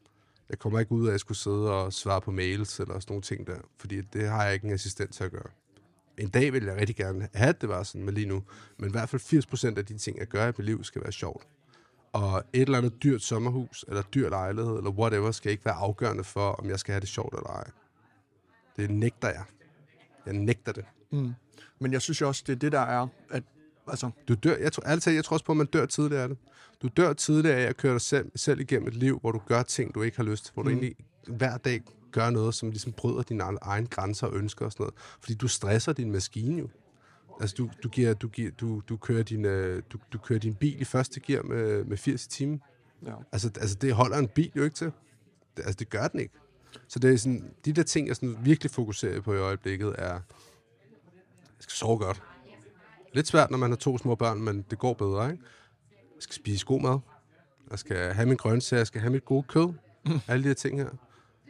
Jeg kommer ikke ud af at skulle sidde og svare på mails eller sådan nogle ting der, fordi det har jeg ikke en assistent til at gøre. En dag vil jeg rigtig gerne have, at det var sådan med lige nu, men i hvert fald 80% af de ting, jeg gør i mit liv, skal være sjovt. Og et eller andet dyrt sommerhus, eller dyr lejlighed, eller whatever, skal ikke være afgørende for, om jeg skal have det sjovt eller ej. Det nægter jeg. Jeg nægter det. Men jeg synes jo også, det er det, der er, at altså... Du dør, jeg tror også på, at man dør tidligere af det. Du dør tidligere af at køre dig selv igennem et liv, hvor du gør ting, du ikke har lyst til, hvor du egentlig hver dag gør noget, som ligesom bryder dine egne grænser og ønsker og sådan noget. Fordi du stresser din maskine jo. Altså, du kører din bil i første gear med 80 i timen. Ja. Altså, det holder en bil jo ikke til. Det gør den ikke. Så det er sådan, de der ting, jeg sådan virkelig fokuserer på i øjeblikket, er, jeg skal sove godt. Lidt svært, når man har 2 små børn, men det går bedre, ikke? Jeg skal spise god mad. Jeg skal have min grøntsager, jeg skal have mit gode kød. Alle de her ting her.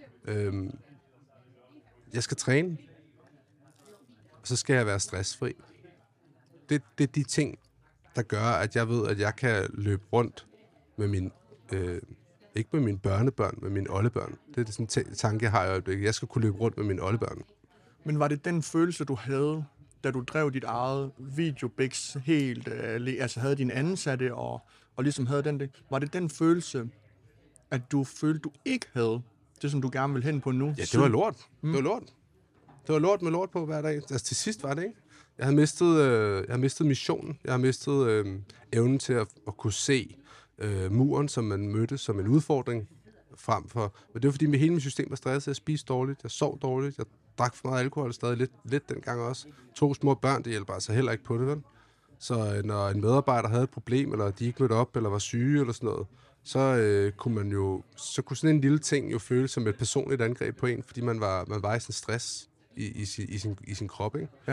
Jeg skal træne. Og så skal jeg være stressfri. Det er de ting, der gør, at jeg ved, at jeg kan løbe rundt med min... ikke med mine børnebørn, med mine oldebørn. Det er sådan en tanke, jeg har i øjeblikket. Jeg skal kunne løbe rundt med mine oldebørn. Men var det den følelse, du havde, da du drev dit eget videobix helt, altså havde din ansatte og ligesom havde den, var det den følelse, at du følte, du ikke havde det, som du gerne vil hen på nu? Ja, det var lort. Det var lort. Det var lort med lort på hver dag. Altså til sidst var det, ikke? Jeg har mistet missionen. Jeg har mistet evnen til at kunne se muren, som man mødte som en udfordring frem for. Men det var fordi, hele mit system var stresset. Jeg spiste dårligt, jeg sov dårligt, jeg drak for meget alkohol stadig lidt dengang også. 2 små børn, det hjælper altså heller ikke på det, vel? Så når en medarbejder havde et problem, eller de ikke mødte op, eller var syge, eller sådan noget, så kunne sådan en lille ting jo føles som et personligt angreb på en, fordi man var i sådan stress i sin krop, ikke? Ja.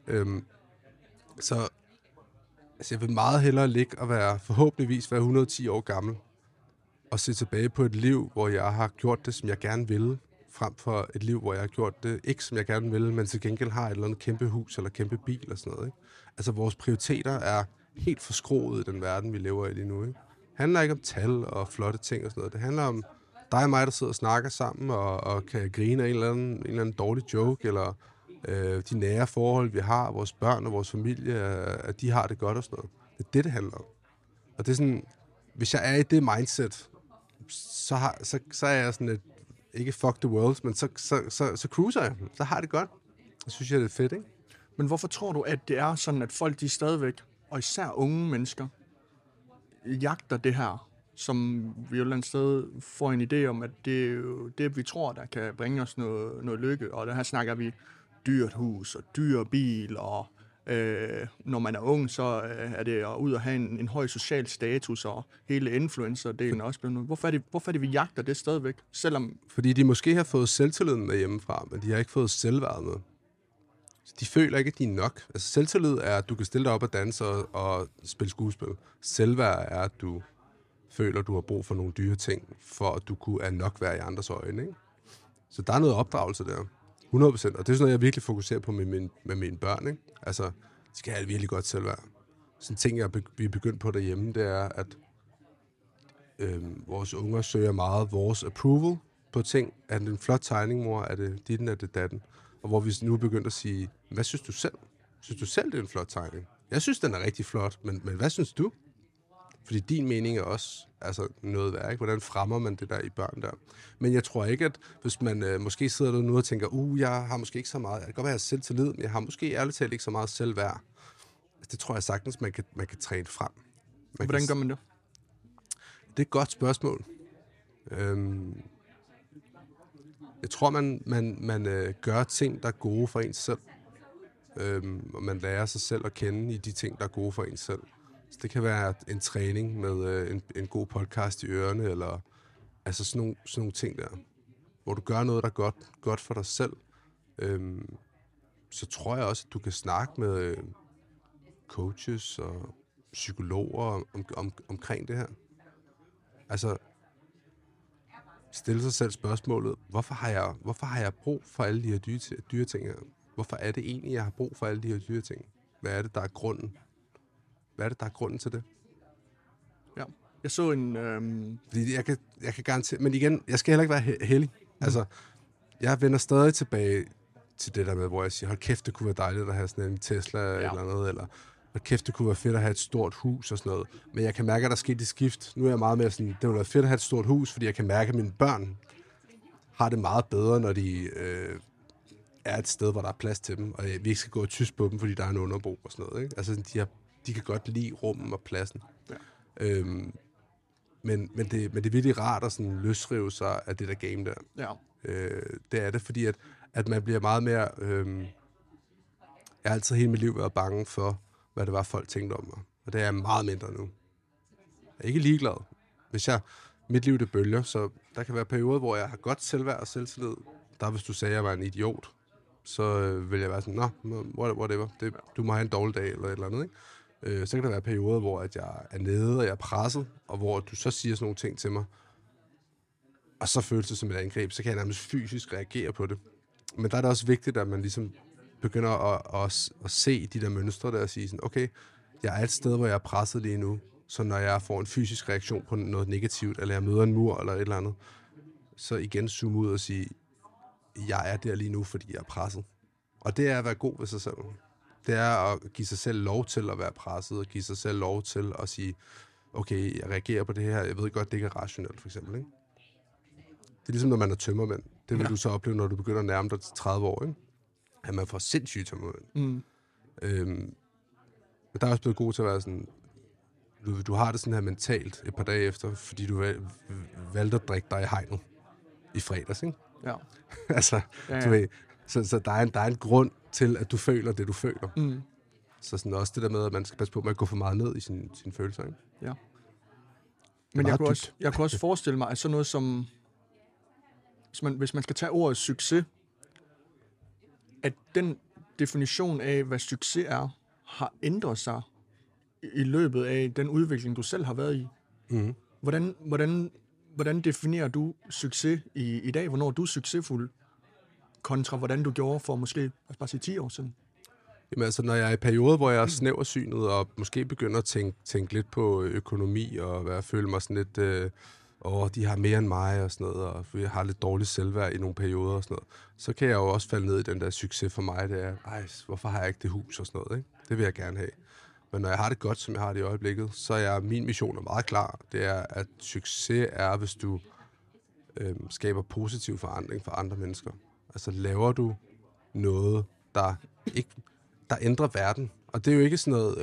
Så jeg vil meget hellere ligge og forhåbentligvis være 110 år gammel, og se tilbage på et liv, hvor jeg har gjort det, som jeg gerne ville, frem for et liv, hvor jeg har gjort det, ikke som jeg gerne ville, men til gengæld har et eller andet kæmpe hus eller kæmpe bil og sådan noget, ikke? Altså, vores prioriteter er helt forskroet i den verden, vi lever i lige nu, ikke? Det handler ikke om tal og flotte ting og sådan noget. Det handler om dig og mig, der sidder og snakker sammen og kan grine af en eller anden dårlig joke, eller de nære forhold, vi har, vores børn og vores familie, at de har det godt og sådan noget. Det er det handler om. Og det er sådan, hvis jeg er i det mindset, så er jeg sådan et, ikke fuck the world, men så cruiser jeg. Så har det godt. Jeg synes, det er fedt, ikke? Men hvorfor tror du, at det er sådan, at folk de stadigvæk, og især unge mennesker, jagter det her, som vi jo et eller andet sted får en idé om, at det er jo det, vi tror, der kan bringe os noget lykke. Og der her snakker vi dyrt hus og dyr bil, og når man er ung, så er det at ud og have en høj social status, og hele influencer-delen er også blevet. Hvorfor er det, vi jagter det stadigvæk? Selvom... Fordi de måske har fået selvtilliden med hjemmefra, men de har ikke fået selvværd med. Så de føler ikke, at de er nok. Altså selvtillid er, at du kan stille dig op og danse og spille skuespil. Selvværd er, at du føler, at du har brug for nogle dyre ting, for at du kunne er nok være i andres øjne, ikke? Så der er noget opdragelse der. 100%. Og det er sådan noget, jeg virkelig fokuserer på med mine børn, ikke? Altså, de skal have et virkelig godt selvværd. Sådan en ting, vi er begyndt på derhjemme, det er, at vores unger søger meget vores approval på ting. Er det en flot tegning, mor? Er det ditten, er det datten? Og hvor vi nu er begyndt at sige, hvad synes du selv? Synes du selv, det er en flot tegning? Jeg synes, den er rigtig flot, men hvad synes du? Fordi din mening er også noget værd, ikke? Hvordan fremmer man det der i børn der? Men jeg tror ikke, at hvis man måske sidder der nu og tænker, jeg har måske ikke så meget, jeg kan godt være selvtillid, men jeg har måske ærligt talt ikke så meget selvværd. Altså, det tror jeg sagtens, man kan træne frem. Hvordan gør man det? Det er et godt spørgsmål. Jeg tror, man gør ting, der er gode for ens selv. Og man lærer sig selv at kende i de ting, der er gode for ens selv. Så det kan være en træning med en god podcast i ørerne, eller altså sådan nogle ting der, hvor du gør noget, der er godt for dig selv. Så tror jeg også, at du kan snakke med coaches og psykologer omkring det her. Altså, stille sig selv spørgsmålet, hvorfor har jeg brug for alle de her dyre ting her? Hvorfor er det egentlig, jeg har brug for alle de her dyre ting? Hvad er det, der er grunden? Hvad er det, der er grunden til det? Ja. Jeg så en... Fordi jeg kan garantere... Men igen, jeg skal heller ikke være heldig. Altså, jeg vender stadig tilbage til det der med, hvor jeg siger, hold kæft, det kunne være dejligt at have sådan en Tesla eller noget, eller hold kæft, det kunne være fedt at have et stort hus og sådan noget. Men jeg kan mærke, at der er sket et skift. Nu er jeg meget mere sådan, det ville være fedt at have et stort hus, fordi jeg kan mærke, at mine børn har det meget bedre, når de er et sted, hvor der er plads til dem, og vi ikke skal gå og tyst på dem, fordi der er en underbo og sådan noget. Ikke? Altså, de kan godt lide rummet og pladsen. Ja. Men det er virkelig rart at sådan løsrive sig af det der game der. Ja. Det er det, fordi at man bliver meget mere... jeg har altid hele mit liv været bange for, hvad det var, folk tænkte om mig. Og det er jeg meget mindre nu. Jeg er ikke ligeglad. Mit liv det bølger, så der kan være perioder, hvor jeg har godt selvværd og selvtillid. Der hvis du sagde, at jeg var en idiot, så vil jeg være sådan, whatever, du må have en dårlig dag, eller et eller andet, ikke? Så kan der være perioder, hvor at jeg er nede, og jeg er presset, og hvor du så siger sådan nogle ting til mig, og så føles det som et angreb, så kan jeg nærmest fysisk reagere på det. Men der er det også vigtigt, at man ligesom begynder at se de der mønstre der, og sige sådan, okay, jeg er et sted, hvor jeg er presset lige nu, så når jeg får en fysisk reaktion på noget negativt, eller jeg møder en mur, eller et eller andet, så igen zoome ud og sige, jeg er der lige nu, fordi jeg er presset. Og det er at være god ved sig selv. Det er at give sig selv lov til at være presset, og give sig selv lov til at sige, okay, jeg reagerer på det her, jeg ved godt, det ikke er rationelt, for eksempel, ikke? Det er ligesom, når man er tømmermænd. Det vil du så opleve, når du begynder at nærme dig til 30 år, ikke? At man får sindssygt tømmermænd. Men der er også blevet god til at være sådan, du har det sådan her mentalt et par dage efter, fordi du valgte at drikke dig i hegnet i fredags, ikke? Ja. Altså, du ved, så der er en grund til, at du føler det, du føler. Så sådan også det der med, at man skal passe på, at man går for meget ned i sine følelser, ikke? Ja. Men jeg kunne også forestille mig, at sådan noget som, hvis man skal tage ordet succes, at den definition af, hvad succes er, har ændret sig i løbet af den udvikling, du selv har været i. Hvordan definerer du succes i dag? Hvornår er du succesfuld? Kontra hvordan du gjorde for måske, bare sige 10 år siden? Jamen altså, når jeg er i perioder, hvor jeg er snæversynet, og måske begynder at tænke lidt på økonomi, og føle mig sådan lidt, de har mere end mig, og sådan noget, og jeg har lidt dårligt selvværd i nogle perioder, og sådan noget, så kan jeg jo også falde ned i den der succes for mig, det er, hvorfor har jeg ikke det hus, og sådan noget, ikke? Det vil jeg gerne have. Men når jeg har det godt, som jeg har det i øjeblikket, så er min mission meget klar. Det er, at succes er, hvis du skaber positiv forandring for andre mennesker. Altså laver du noget, der ændrer verden. Og det er jo ikke sådan noget...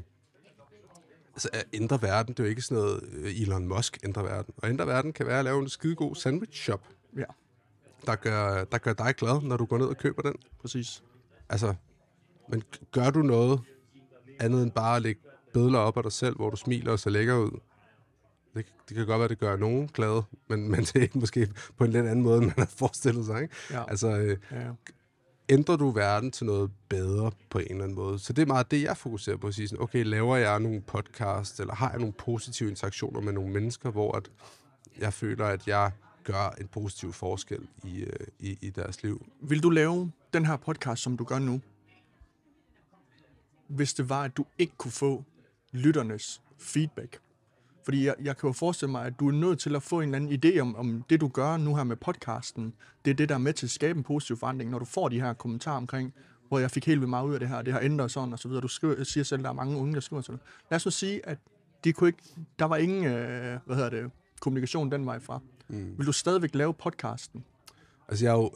at ændre verden, det er jo ikke sådan noget Elon Musk ændrer verden. Og ændre verden kan være at lave en skidegod sandwich shop. Ja. Der gør dig glad, når du går ned og køber den. Præcis. Altså, men gør du noget andet end bare at lægge billeder op af dig selv, hvor du smiler og ser lækker ud? Det kan godt være, det gør nogen glade, men det er ikke måske på en lidt anden måde, end man har forestillet sig, ikke? Ja. Altså, ændrer du verden til noget bedre på en eller anden måde? Så det er meget det, jeg fokuserer på at sige sådan, okay, laver jeg nogle podcast, eller har jeg nogle positive interaktioner med nogle mennesker, hvor at jeg føler, at jeg gør en positiv forskel i deres liv. Vil du lave den her podcast, som du gør nu, hvis det var, at du ikke kunne få lytternes feedback? Fordi jeg kan jo forestille mig, at du er nødt til at få en eller anden idé om det, du gør nu her med podcasten. Det er det, der er med til at skabe en positiv forandring, når du får de her kommentarer omkring, hvor jeg fik helt vildt meget ud af det her, det har ændret sådan og så videre. Du siger selv, at der er mange unge, der skriver til dig. Lad os så sige, at der var ingen kommunikation den vej fra. Vil du stadigvæk lave podcasten? Altså jeg er jo...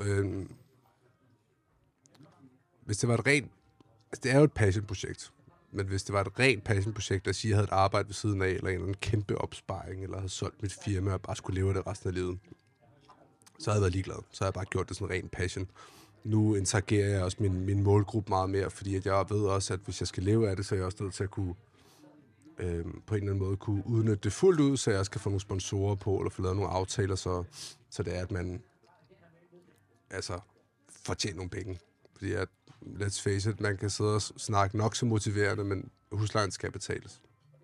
hvis det var et rent... Altså det er jo et passionprojekt. Men hvis det var et rent passionprojekt, at sige, at jeg havde et arbejde ved siden af, eller en eller anden kæmpe opsparing, eller havde solgt mit firma, og bare skulle leve af det resten af livet, så havde jeg været ligeglad. Så havde jeg bare gjort det sådan rent passion. Nu interagerer jeg også min målgruppe meget mere, fordi at jeg ved også, at hvis jeg skal leve af det, så er jeg også nødt til at kunne på en eller anden måde kunne udnytte det fuldt ud, så jeg også kan få nogle sponsorer på, eller få lavet nogle aftaler, så det er, at man altså fortjener nogle penge. Fordi at, let's face it, man kan sidde og snakke nok så motiverende, men huslejen skal betales.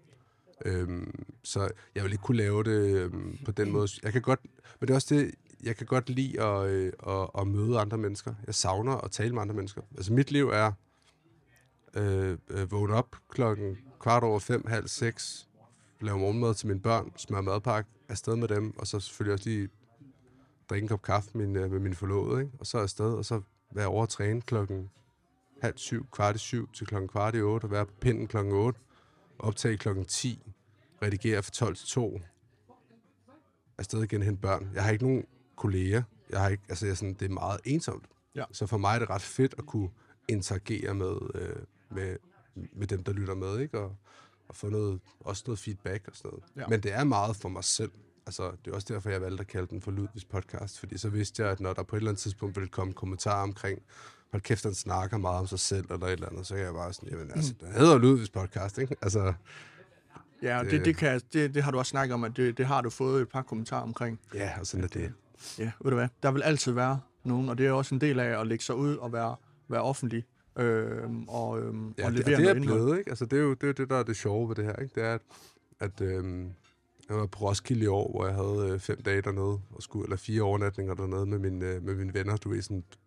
Så jeg vil ikke kunne lave det på den måde. Jeg kan godt, men det er også det, jeg kan godt lide at møde andre mennesker. Jeg savner at tale med andre mennesker. Altså mit liv er vågne op 5:15, 5:30, lave morgenmad til mine børn, smøre madpakke, afsted med dem, og så selvfølgelig også lige drikke en kop kaffe med min forlovede, ikke? Og så afsted, og så være over at træne klokken 6:30, 7:15 til klokken 7:15, og være på pinden klokken 8, optage klokken 10, redigere fra 12 til 2, afsted igen hente børn. Jeg har ikke nogen kolleger. Jeg har ikke, altså det er meget ensomt. Ja. Så for mig er det ret fedt at kunne interagere med dem, der lytter med, ikke? Og få også noget feedback og sådan noget. Ja. Men det er meget for mig selv. Altså, det er også derfor, jeg valgte at kalde den for Ludvigs podcast, fordi så vidste jeg, at når der på et eller andet tidspunkt ville komme kommentarer omkring, hold kæft, han snakker meget om sig selv, eller et eller andet, så kan jeg bare sådan, jamen altså, det hedder Ludvigs podcast, ikke? Altså... Ja, det har du også snakket om, at det har du fået et par kommentarer omkring. Ja, og sådan er det. Ja, ved du hvad, der vil altid være nogen, og det er også en del af at lægge sig ud og være offentlig. Og levere det er noget blevet, ikke? Altså, det er jo det, der er det sjove ved det her, ikke? Det er, at jeg var på Roskilde i år, hvor jeg havde 5 dage dernede, eller 4 overnatninger dernede med mine venner. Du ved,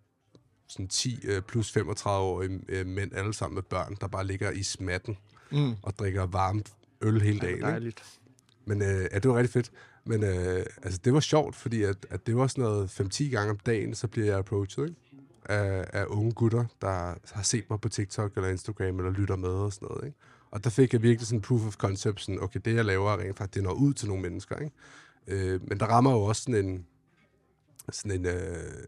sådan 10 plus 35-årige mænd, alle sammen med børn, der bare ligger i smatten og drikker varmt øl hele dagen. Ja, dejligt. Men det var rigtig fedt. Men altså, det var sjovt, fordi at det var sådan noget 5-10 gange om dagen, så bliver jeg approached, ikke? Af unge gutter, der har set mig på TikTok eller Instagram, eller lytter med og sådan noget, ikke? Og der fik jeg virkelig sådan proof of concept, sådan, okay, det jeg laver er rent faktisk, det når ud til nogle mennesker, ikke? Men der rammer jo også sådan en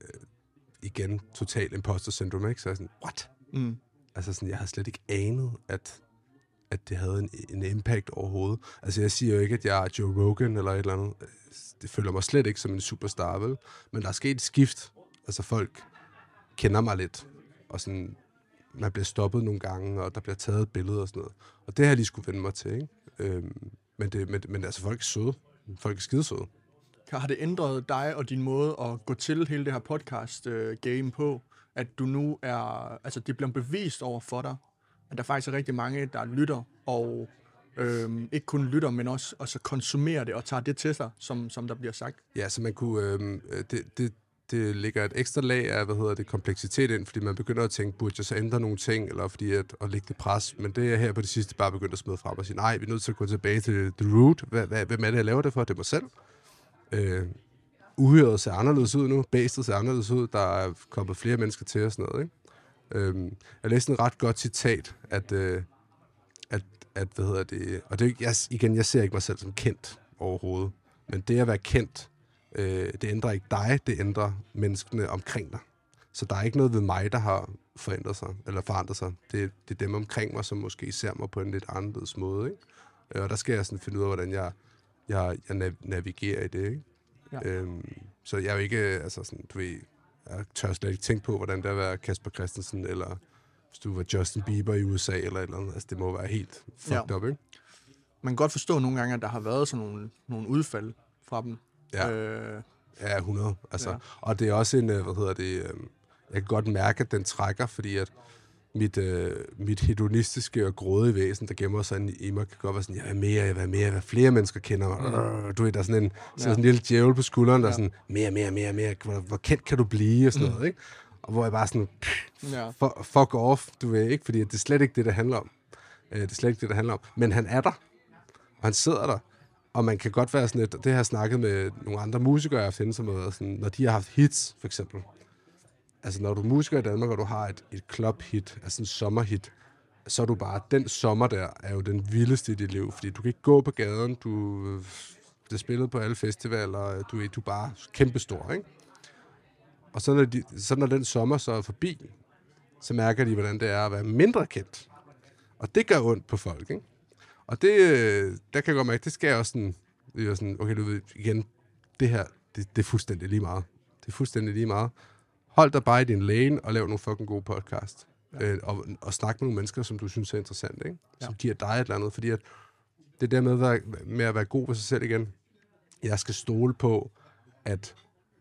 igen, total imposter syndrome, ikke? Så jeg sådan, what? Altså sådan, jeg havde slet ikke anet, at det havde en impact overhovedet. Altså jeg siger jo ikke, at jeg er Joe Rogan eller et eller andet. Det føler mig slet ikke som en superstar, vel? Men der er sket et skift. Altså folk kender mig lidt, og sådan, man bliver stoppet nogle gange, og der bliver taget et billede og sådan noget. Og det har jeg lige skulle vende mig til, ikke? Men altså, folk er søde. Folk er skide søde. Har det ændret dig og din måde at gå til hele det her podcast-game på, at du nu er, altså det bliver bevist over for dig, at der faktisk er rigtig mange, der lytter, og ikke kun lytter, men også konsumerer det, og tager det til sig, som der bliver sagt? Ja, så man kunne, det lægger et ekstra lag af, kompleksitet ind, fordi man begynder at tænke, burde jeg så ændre nogle ting, eller fordi at lægge det pres, men det er her på det sidste bare begyndt at smide frem og sige, nej, vi er nødt til at gå tilbage til the root. Hvem er det, jeg laver det for? Det er mig selv. Uhyret ser anderledes ud nu, bæstet ser anderledes ud, der er kommet flere mennesker til og sådan noget, ikke? Jeg læste en ret godt citat, at og det, jeg ser ikke mig selv som kendt overhovedet, men det at være kendt, det ændrer ikke dig, det ændrer menneskene omkring dig. Så der er ikke noget ved mig, der har forandret sig. Det er dem omkring mig, som måske ser mig på en lidt anderledes måde, ikke? Og der skal jeg sådan finde ud af, hvordan jeg navigerer i det, ikke? Ja. Så jeg er jo ikke, altså sådan, du ved, jeg tør slet ikke tænke på, hvordan det er at være Kasper Christensen, eller hvis du var Justin Bieber i USA, eller et eller andet. Altså, det må være helt fucked up, ikke? Man kan godt forstå nogle gange, at der har været sådan nogle udfald fra dem. Ja, 100. Altså. Ja. Og det er også en, jeg kan godt mærke, at den trækker, fordi at mit hedonistiske og grådige væsen, der gemmer sig i mig, kan godt være sådan, jeg vil mere, hvad flere mennesker kender mig. Du ved, der er sådan en lille djævel på skulderen, der er sådan, mere, hvor kendt kan du blive, og sådan noget, ikke? Og hvor jeg bare sådan, fuck off, du ved, ikke? Fordi det er slet ikke det, det handler om. Det er slet ikke det, det handler om. Men han er der, og han sidder der. Og man kan godt være sådan lidt, det har jeg snakket med nogle andre musikere, jeg har fundet som noget, sådan, når de har haft hits, for eksempel. Altså, når du er musiker i Danmark, og du har et club-hit, altså en sommerhit, så er du bare, den sommer der, er jo den vildeste i dit liv, fordi du kan ikke gå på gaden, det er spillet på alle festivaler, du er bare kæmpestor, ikke? Og så når den sommer så er forbi, så mærker de, hvordan det er at være mindre kendt. Og det gør ondt på folk, ikke? Og det, der kan jeg godt mærke, det skal jeg også sådan, okay, du ved, igen, det her, det er fuldstændig lige meget. Det er fuldstændig lige meget. Hold dig bare i din lane og lav nogle fucking gode podcast. Ja. Og snak med nogle mennesker, som du synes er interessant, ikke? Som giver dig et eller andet. Fordi at det der med at være god ved sig selv igen, jeg skal stole på, at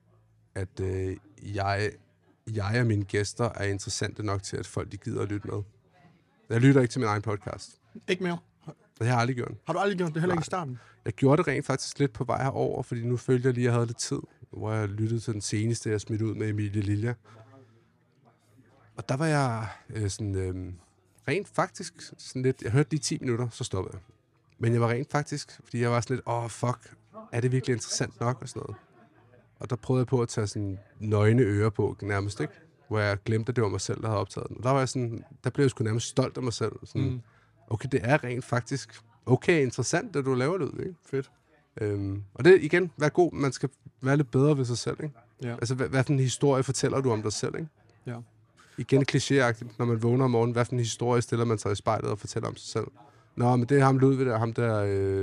jeg og mine gæster er interessante nok til, at folk de gider at lytte med. Jeg lytter ikke til min egen podcast. Ikke mere? Det har jeg aldrig gjort. Har du aldrig gjort det? Heller ikke i starten? Jeg gjorde det rent faktisk lidt på vej herover, fordi nu følte jeg lige, at jeg havde lidt tid, hvor jeg lyttede til den seneste, jeg smidt ud med Emilie Lilja. Og der var jeg rent faktisk sådan lidt, jeg hørte lige 10 minutter, så stoppede jeg. Men jeg var rent faktisk, fordi jeg var sådan lidt, fuck, er det virkelig interessant nok og sådan noget. Og der prøvede jeg på at tage sådan nøgne ører på nærmest, ikke? Hvor jeg glemte, at det var mig selv, der havde optaget den. Og der var jeg sådan, der blev jeg sgu nærmest stolt af mig selv. Sådan, okay, det er rent faktisk okay interessant, det du laver det ud, ikke? Fedt. Og det igen, vær god, man skal være lidt bedre ved sig selv, ikke? Ja. Altså, hvad for en historie fortæller du om dig selv, ikke? Ja. Igen klichéagtigt, når man vågner om morgenen, hvad for en historie stiller man sig i spejlet og fortæller om sig selv. Nå, men det er ham Ludvig der, ham der,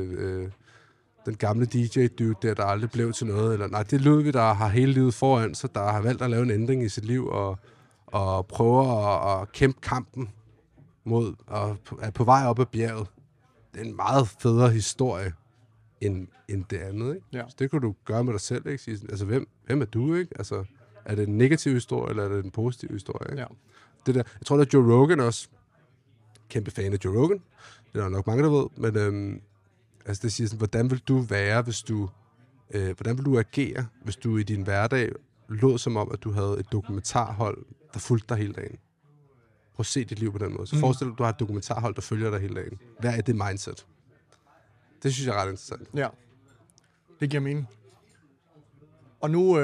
den gamle DJ-dude der aldrig blev til noget. Eller nej, det er Ludvig, der har hele livet foran sig, der har valgt at lave en ændring i sit liv, og prøver at kæmpe kampen mod, og er på vej op ad bjerget. Det er en meget federe historie, end det andet, ikke? Ja. Så det kan du gøre med dig selv, ikke? Altså, hvem er du, ikke? Altså, er det en negativ historie, eller er det en positiv historie, ikke? Ja. Det der, jeg tror, der er Joe Rogan også. Kæmpe fan af Joe Rogan. Det er der nok mange, der ved. Men altså, det siger sådan, hvordan vil du være, hvis du... hvordan vil du agere, hvis du i din hverdag lod som om, at du havde et dokumentarhold, der fulgte dig hele dagen? Prøv at se dit liv på den måde. Så forestil dig, at du har et dokumentarhold, der følger dig hele dagen. Hvad er det mindset? Det synes jeg er ret interessant. Ja, det giver mening. Og nu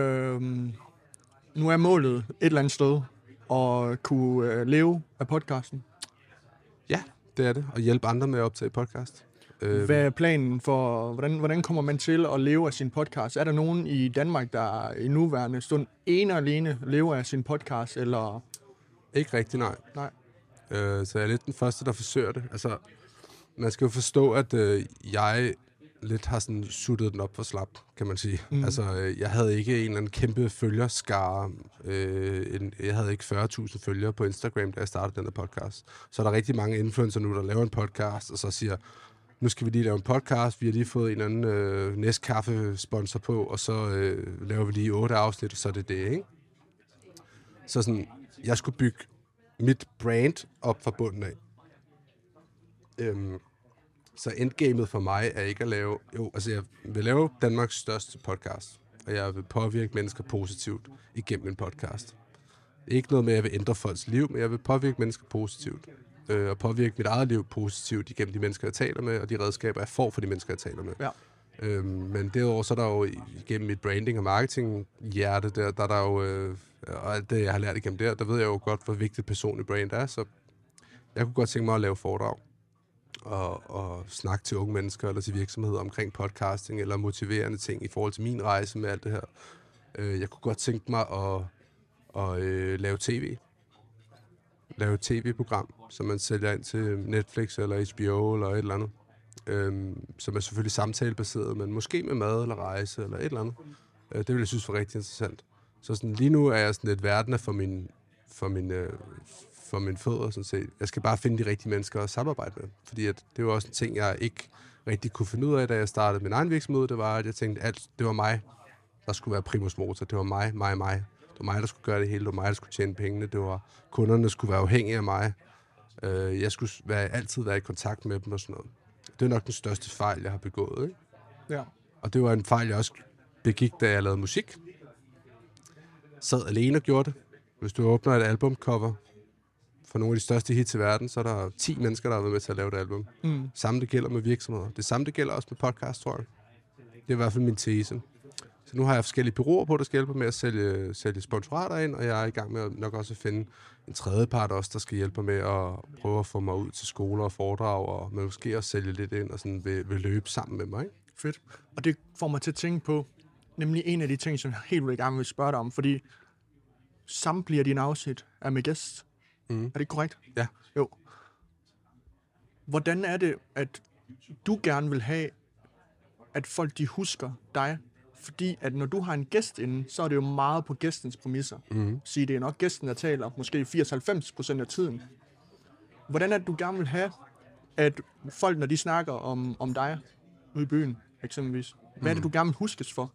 er målet et eller andet sted at kunne leve af podcasten. Ja, det er det. Og hjælpe andre med at optage podcast. Hvad er planen for, hvordan kommer man til at leve af sin podcast? Er der nogen i Danmark, der i nuværende stund ene og alene lever af sin podcast, eller? Ikke rigtig, nej. Nej. Så jeg er lidt den første, der forsøger det. Altså, man skal jo forstå, at jeg lidt har sådan suttet den op for slap, kan man sige. Altså, jeg havde ikke en eller anden kæmpe følgerskare. Jeg havde ikke 40.000 følgere på Instagram, da jeg startede den her podcast. Så er der rigtig mange influencer nu, der laver en podcast, og så siger, nu skal vi lige lave en podcast, vi har lige fået en eller anden Nescafé-sponsor på, og så laver vi lige 8 afsnit, og så er det det, ikke? Så sådan, jeg skulle bygge mit brand op fra bunden af. Så endgamet for mig er ikke at lave... Jo, altså jeg vil lave Danmarks største podcast, og jeg vil påvirke mennesker positivt igennem en podcast. Ikke noget med, at jeg vil ændre folks liv, men jeg vil påvirke mennesker positivt. Og påvirke mit eget liv positivt igennem de mennesker, jeg taler med, og de redskaber, jeg får for de mennesker, jeg taler med. Ja. Men derudover så er der jo igennem mit branding og marketing hjerte, der er der jo... og alt det, jeg har lært igennem der ved jeg jo godt, hvor vigtigt personlig brand er, så jeg kunne godt tænke mig at lave foredrag. Og snakke til unge mennesker eller til virksomheder omkring podcasting eller motiverende ting i forhold til min rejse med alt det her. Jeg kunne godt tænke mig at lave tv. Lave et tv-program, som man sælger ind til Netflix eller HBO eller et eller andet. Som er selvfølgelig samtalebaseret, men måske med mad eller rejse eller et eller andet. Det vil jeg synes var rigtig interessant. Så sådan, lige nu er jeg sådan lidt verdner for mine fødder, sådan set. Jeg skal bare finde de rigtige mennesker at samarbejde med. Fordi at det var også en ting, jeg ikke rigtig kunne finde ud af, da jeg startede min egen virksomhed. Det var, at jeg tænkte, at det var mig, der skulle være primus motor. Det var mig. Det var mig, der skulle gøre det hele. Det var mig, der skulle tjene pengene. Det var kunderne, der skulle være afhængige af mig. Jeg skulle altid være i kontakt med dem og sådan noget. Det er nok den største fejl, jeg har begået, ikke? Ja. Og det var en fejl, jeg også begik, da jeg lavede musik. Sad alene og gjorde det. Hvis du åbner et albumcover for nogle af de største hits i verden, så er der 10 mennesker, der har været med til at lave det album. Samme det gælder med virksomheder. Det samme det gælder også med podcast, tror jeg. Det er i hvert fald min tese. Så nu har jeg forskellige bureauer på, der skal hjælpe med at sælge sponsorater ind, og jeg er i gang med nok også at finde en tredje part også, der skal hjælpe med at prøve at få mig ud til skoler og foredrag, og måske også sælge lidt ind og sådan vil løbe sammen med mig. Ikke? Fedt. Og det får mig til at tænke på, nemlig en af de ting, som jeg helt vildt gerne vil spørge dig om, fordi samtlige af dine afsnit er med gæst. Er det ikke korrekt? Ja. Jo. Hvordan er det, at du gerne vil have, at folk de husker dig? Fordi at når du har en gæst inde, så er det jo meget på gæstens præmisser. Så det er nok gæsten, der taler måske 80-90% af tiden. Hvordan er det, du gerne vil have, at folk, når de snakker om dig ude i byen, eksempelvis, hvad er det, du gerne vil huskes for?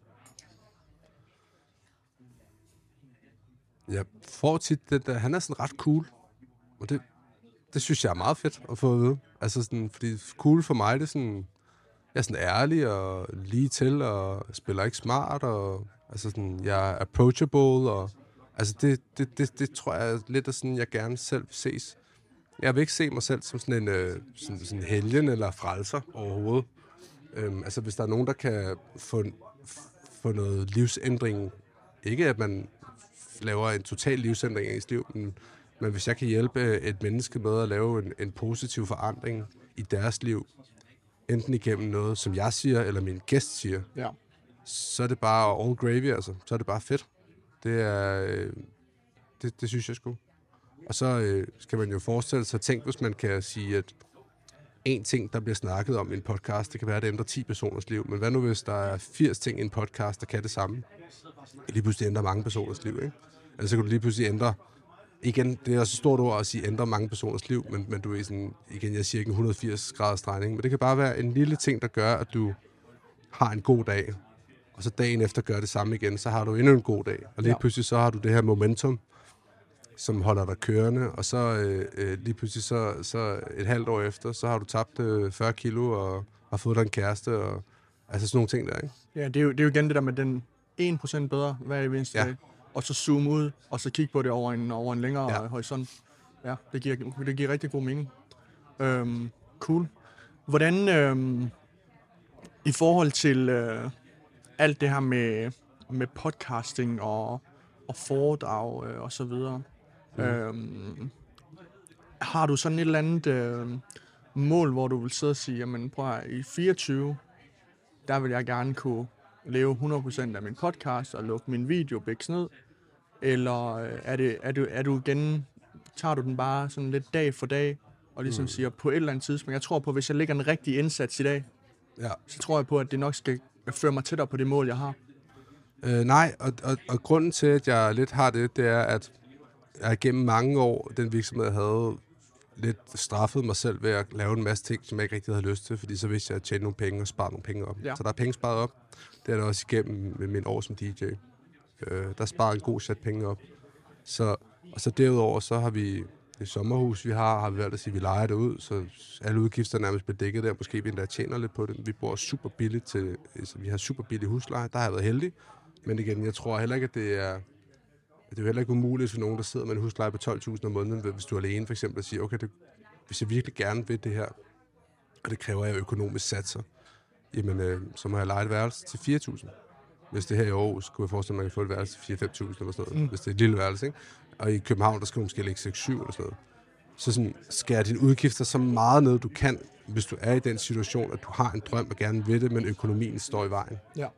Jeg får tit det der, han er sådan ret cool. Og det synes jeg er meget fedt at få at vide. Altså sådan, fordi cool for mig, det er sådan, jeg er sådan ærlig og lige til, og spiller ikke smart, og altså sådan, jeg er approachable, og altså det tror jeg lidt er sådan, jeg gerne selv ses. Jeg vil ikke se mig selv som sådan en sådan helgen eller frelser overhovedet. Altså, hvis der er nogen, der kan få noget livsændring, ikke at man laver en total livsændring i ens liv, men hvis jeg kan hjælpe et menneske med at lave en positiv forandring i deres liv, enten igennem noget, som jeg siger, eller min gæst siger, Ja. så er det bare all gravy, altså. Så er det bare fedt. Det er... Det synes jeg sgu. Og så skal man jo forestille sig, tænk hvis man kan sige, at en ting, der bliver snakket om i en podcast, det kan være, at det ændrer 10 personers liv. Men hvad nu, hvis der er 80 ting i en podcast, der kan det samme? Lige pludselig ændrer mange personers liv, ikke? Altså så kan du lige pludselig ændre... Igen, det er også et stort ord at sige, ændre mange personers liv, men du er sådan... Igen, jeg siger ikke en 180 graders drejning, men det kan bare være en lille ting, der gør, at du har en god dag. Og så dagen efter gør det samme igen, så har du endnu en god dag. Og lige pludselig så har du det her momentum, som holder dig kørende, og så lige pludselig så et halvt år efter, så har du tabt 40 kilo og har fået dig en kæreste, og altså sådan nogle ting der, ikke? Ja, det er jo igen det der med den 1% bedre hver eneste dag, og så zoome ud, og så kigge på det over en længere horisont. Ja, det giver rigtig god mening. Cool. Hvordan, i forhold til alt det her med podcasting og foredrag og så videre, har du sådan et eller andet mål, hvor du vil sidde og sige, jamen prøv at, i 24, der vil jeg gerne kunne leve 100% af min podcast og lukke min videobæks ned? Eller er du igen, tager du den bare sådan lidt dag for dag, og ligesom siger, på et eller andet tidspunkt, jeg tror på, hvis jeg lægger en rigtig indsats i dag, så tror jeg på, at det nok skal føre mig tættere på det mål, jeg har. Nej, og grunden til, at jeg lidt har det er, at jeg gennem mange år, den virksomhed, jeg havde lidt straffet mig selv ved at lave en masse ting, som jeg ikke rigtig havde lyst til, fordi så vidste jeg at tjene nogle penge og spare nogle penge op. Ja. Så der er penge sparet op. Det er der også igennem med min år som DJ. Der sparer en god sæt penge op. Og så derudover, så har vi det sommerhus, vi har vi valgt at sige, at vi lejer det ud, så alle udgifter nærmest bliver dækket der. Måske vi endda tjener lidt på det. Vi bor super billigt så vi har super billig husleje. Der har jeg været heldig. Men igen, jeg tror heller ikke, at det er jo heller ikke umuligt for nogen, der sidder med en husleje på 12.000 om måneden, hvis du er alene for eksempel, og siger, okay, hvis jeg virkelig gerne vil det her, og det kræver jeg økonomisk satser, jamen, så må jeg leje et værelse til 4.000. Hvis det her i Aarhus, kunne jeg forestille mig, at man kan få et værelse til 4-5.000 eller sådan noget, hvis det er et lille værelse, ikke? Og i København, der skal du måske lægge 6-7 eller sådan noget. Så sådan, skær dine udgifter så meget ned, du kan, hvis du er i den situation, at du har en drøm og gerne vil det, men økonomien står i vejen. Ja.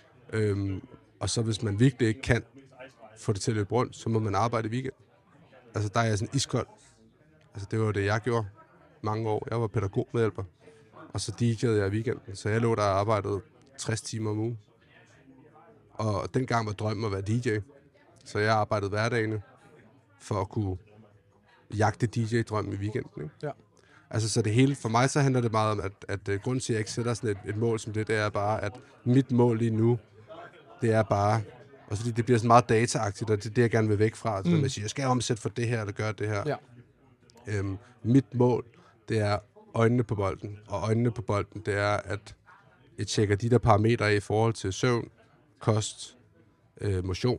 Og så hvis man virkelig ikke kan få det til at løbe rundt, så må man arbejde i weekend. Altså, der er jeg sådan iskold. Altså, det var det, jeg gjorde mange år. Jeg var pædagogmedhjælper, og så DJ'ede jeg i weekenden. Så jeg lå der og arbejdede 60 timer om ugen. Og dengang var drømmen at være DJ. Så jeg arbejdede hverdagene for at kunne jagte DJ-drømmen i weekenden. Ikke? Ja. Altså, så det hele, for mig så handler det meget om, at grunden til, at jeg ikke sætter sådan et mål som det er bare, at mit mål lige nu, det er bare, og fordi det bliver sådan meget dataagtigt, og det er det, jeg gerne vil væk fra. Så man siger, jeg skal omsætte for det her, eller gøre det her. Ja. Mit mål, det er øjnene på bolden. Og øjnene på bolden, det er, at jeg tjekker de der parametre i forhold til søvn, kost, motion,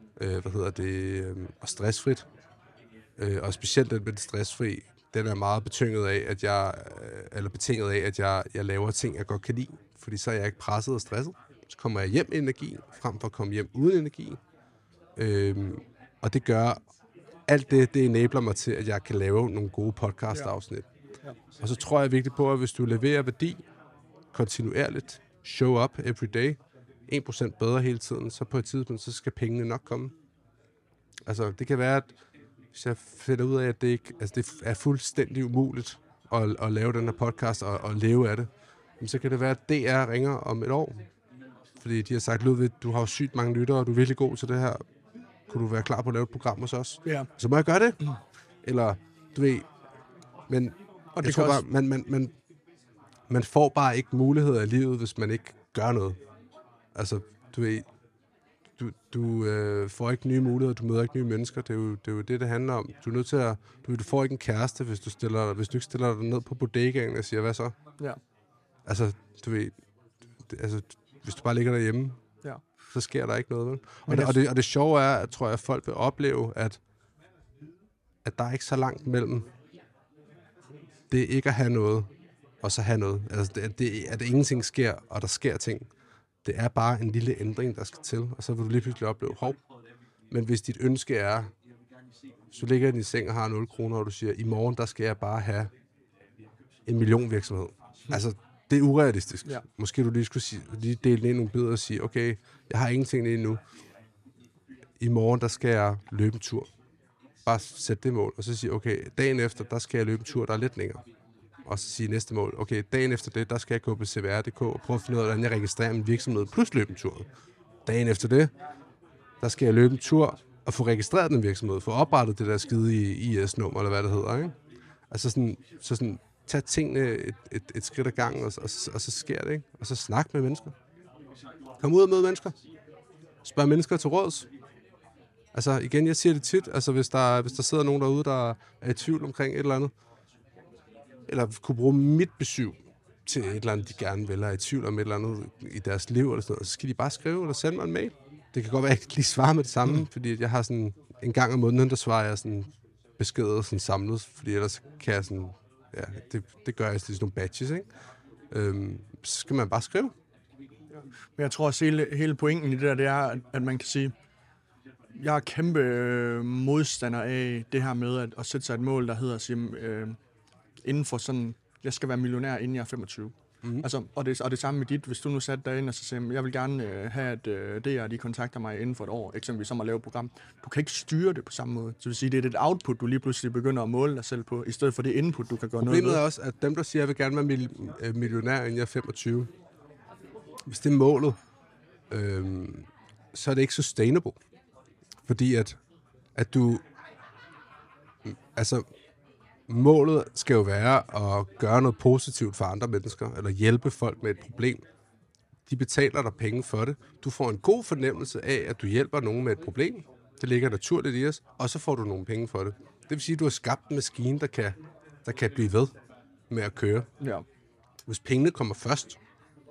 og stressfrit. Og specielt den med det stressfri, den er meget betinget af, at jeg laver ting, jeg godt kan lide. Fordi så er jeg ikke presset og stresset. Så kommer jeg hjem med energi, frem for at komme hjem uden energi. Og det gør, alt det enabler mig til, at jeg kan lave nogle gode podcast-afsnit. Ja. Og så tror jeg virkelig på, at hvis du leverer værdi kontinuerligt, show up every day, 1% bedre hele tiden, så på et tidspunkt, så skal pengene nok komme. Altså, det kan være, at hvis jeg finder ud af, at det er fuldstændig umuligt at lave den her podcast og leve af det, så kan det være, at DR ringer om et år. Fordi de har sagt, Ludvig, du har jo sygt mange lyttere, og du er virkelig god til det her. Kunne du være klar på at lave et program hos os? Ja. Så må jeg gøre det. Eller, du ved, men og jeg tror bare, man får bare ikke muligheder i livet, hvis man ikke gør noget. Altså, du ved, du får ikke nye muligheder, du møder ikke nye mennesker. Det er jo det handler om. Du er nødt til at, du får ikke en kæreste, hvis du ikke stiller dig ned på bodegaen og siger, hvad så? Ja. Altså, du ved, hvis du bare ligger derhjemme, så sker der ikke noget. Og det sjove er, at tror jeg, at folk vil opleve, at der er ikke så langt mellem det er ikke at have noget, og så have noget. Altså, at ingenting sker, og der sker ting. Det er bare en lille ændring, der skal til, og så vil du lige pludselig opleve, hov. Men hvis dit ønske er, så ligger du i seng og har 0 kroner, og du siger, i morgen, der skal jeg bare have 1 million virksomhed. Altså, det er urealistisk. Ja. Måske du lige skulle lige dele ind i nogle bidder og sige, okay, jeg har ingenting lige nu. I morgen, der skal jeg løbe en tur. Bare sætte det mål, og så sige, okay, dagen efter, der skal jeg løbe en tur, der er lidt længere. Og så sige næste mål, okay, dagen efter det, der skal jeg gå på CVR.dk og prøve at finde ud af, hvordan jeg registrerer min virksomhed plus løbe en tur. Dagen efter det, der skal jeg løbe en tur og få registreret den virksomhed, få oprettet det der skide i IS-nummer, eller hvad det hedder, ikke? Altså sådan tag tingene et skridt ad gangen, og så sker det, ikke? Og så snak med mennesker. Kom ud og møde mennesker. Spørg mennesker til råds. Altså igen, jeg siger det tit, altså hvis der sidder nogen derude, der er i tvivl omkring et eller andet, eller kunne bruge mit besøg til et eller andet, de gerne vil, eller er i tvivl om et eller andet i deres liv, eller sådan noget, så skal de bare skrive, eller sende mig en mail. Det kan godt være, at jeg ikke lige svarer med det samme, fordi jeg har sådan en gang om måneden, der svarer jeg sådan beskeder sådan samlet, fordi ellers kan jeg sådan, ja, det gør jeg i sådan nogle batches, ikke? Så skal man bare skrive. Men jeg tror også, hele pointen i det der, det er, at man kan sige, jeg er kæmpe modstander af det her med at sætte sig et mål, der hedder at sige, inden for sådan, jeg skal være millionær, inden jeg er 25. Mm-hmm. Altså, og det samme med dit, hvis du nu satte dig ind og så siger, jeg vil gerne have, at de kontakter mig inden for et år, eksempelvis som at lave et program. Du kan ikke styre det på samme måde. Så vil sige, det er et output, du lige pludselig begynder at måle dig selv på, i stedet for det input, du kan gøre noget med. Problemet er også, at dem, der siger, jeg vil gerne være millionær, inden jeg er 25, hvis det er målet, så er det ikke sustainable. Fordi at du, altså, målet skal jo være at gøre noget positivt for andre mennesker, eller hjælpe folk med et problem. De betaler dig penge for det. Du får en god fornemmelse af, at du hjælper nogen med et problem. Det ligger naturligt i os, og så får du nogle penge for det. Det vil sige, at du har skabt en maskine, der kan blive ved med at køre. Ja. Hvis pengene kommer først,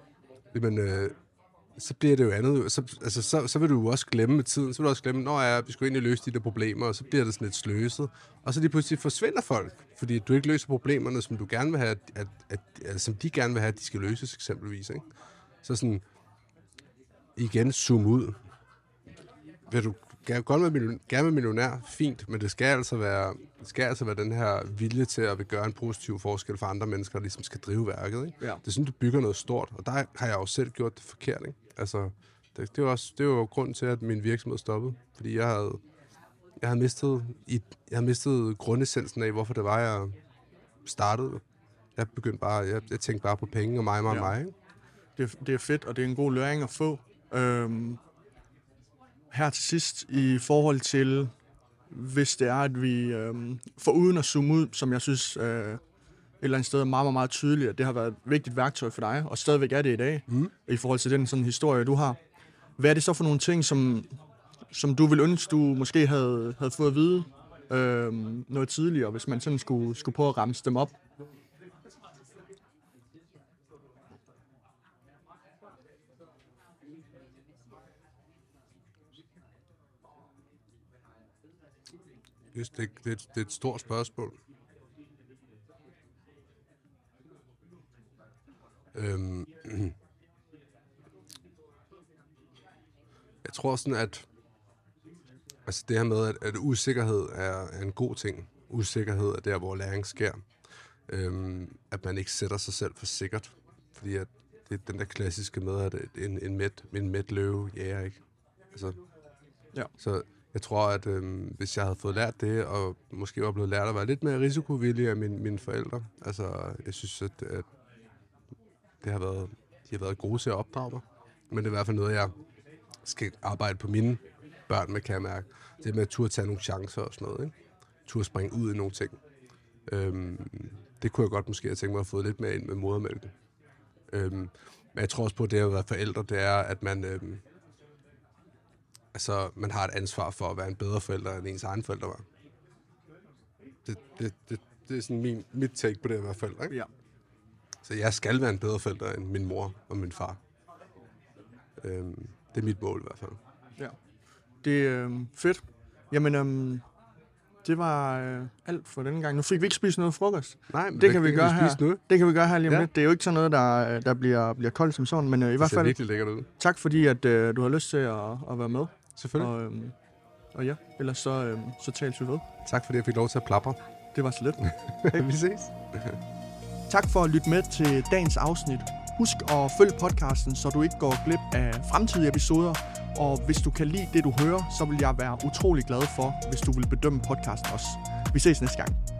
så bliver det jo andet. Så vil du jo også glemme med tiden. Så vil du også glemme, vi skulle egentlig løse de der problemer, og så bliver det sådan lidt sløset. Og så lige pludselig forsvinder folk, fordi du ikke løser problemerne, som du gerne vil have, som de gerne vil have, at de skal løses eksempelvis. Ikke? Så sådan, igen, zoom ud. Vil du gerne være millionær? Fint, men det skal altså være den her vilje til at vil gøre en positiv forskel for andre mennesker, der ligesom skal drive værket. Ikke? Ja. Det er sådan, du bygger noget stort, og der har jeg jo selv gjort det forkert. Ikke? Altså, det var jo grunden til, at min virksomhed stoppede, fordi jeg havde mistet grundessensen af, hvorfor det var, jeg startede. Jeg begyndte bare, jeg tænkte bare på penge og mig. Ikke? Det er fedt, og det er en god læring at få. Her til sidst, i forhold til, hvis det er, at vi foruden at zoome ud, som jeg synes et eller andet sted er meget, meget, meget tydeligt, at det har været et vigtigt værktøj for dig, og stadigvæk er det i dag, i forhold til den sådan historie, du har. Hvad er det så for nogle ting, som du ville ønske, du måske havde fået at vide noget tidligere, hvis man sådan skulle prøve at ramse dem op? Det er et stort spørgsmål. Jeg tror sådan, at altså det her med, at usikkerhed er en god ting. Usikkerhed er der, hvor læring sker. At man ikke sætter sig selv for sikkert. Fordi at det er den der klassiske med, at en mæt løve jager ikke. Altså, ja. Så jeg tror, at hvis jeg havde fået lært det, og måske var blevet lært at være lidt mere risikovillig af mine forældre, altså jeg synes, at de har været gode til at opdrage mig. Men det er i hvert fald noget, jeg skal arbejde på mine børn med, kan jeg mærke. Det med at turde tage nogle chancer og sådan noget, ikke? Turde springe ud i nogle ting. Det kunne jeg godt måske have tænkt mig at få lidt mere ind med modermælken. Men jeg tror også på, at det at være forældre, det er, at man har et ansvar for at være en bedre forælder, end ens egen forældre var. Det er sådan mit take på det at være forældre, ikke? Ja. Så jeg skal være en bedre forælder end min mor og min far. Det er mit mål i hvert fald. Ja, det er fedt. Jamen, Det var alt for denne gang. Nu fik vi ikke spist noget frokost. Nej, men det kan vi gøre her. Det kan vi gøre her lige om lidt. Det er jo ikke sådan noget, der bliver koldt som sådan, men i hvert fald virkelig lækkert ud. Tak fordi, at du har lyst til at være med. Selvfølgelig. Og ja, ellers så tales vi ved. Tak fordi jeg fik lov til at plapre. Det var så lidt. Vi ses. Tak for at lytte med til dagens afsnit. Husk at følge podcasten, så du ikke går glip af fremtidige episoder. Og hvis du kan lide det, du hører, så vil jeg være utrolig glad for, hvis du vil bedømme podcasten også. Vi ses næste gang.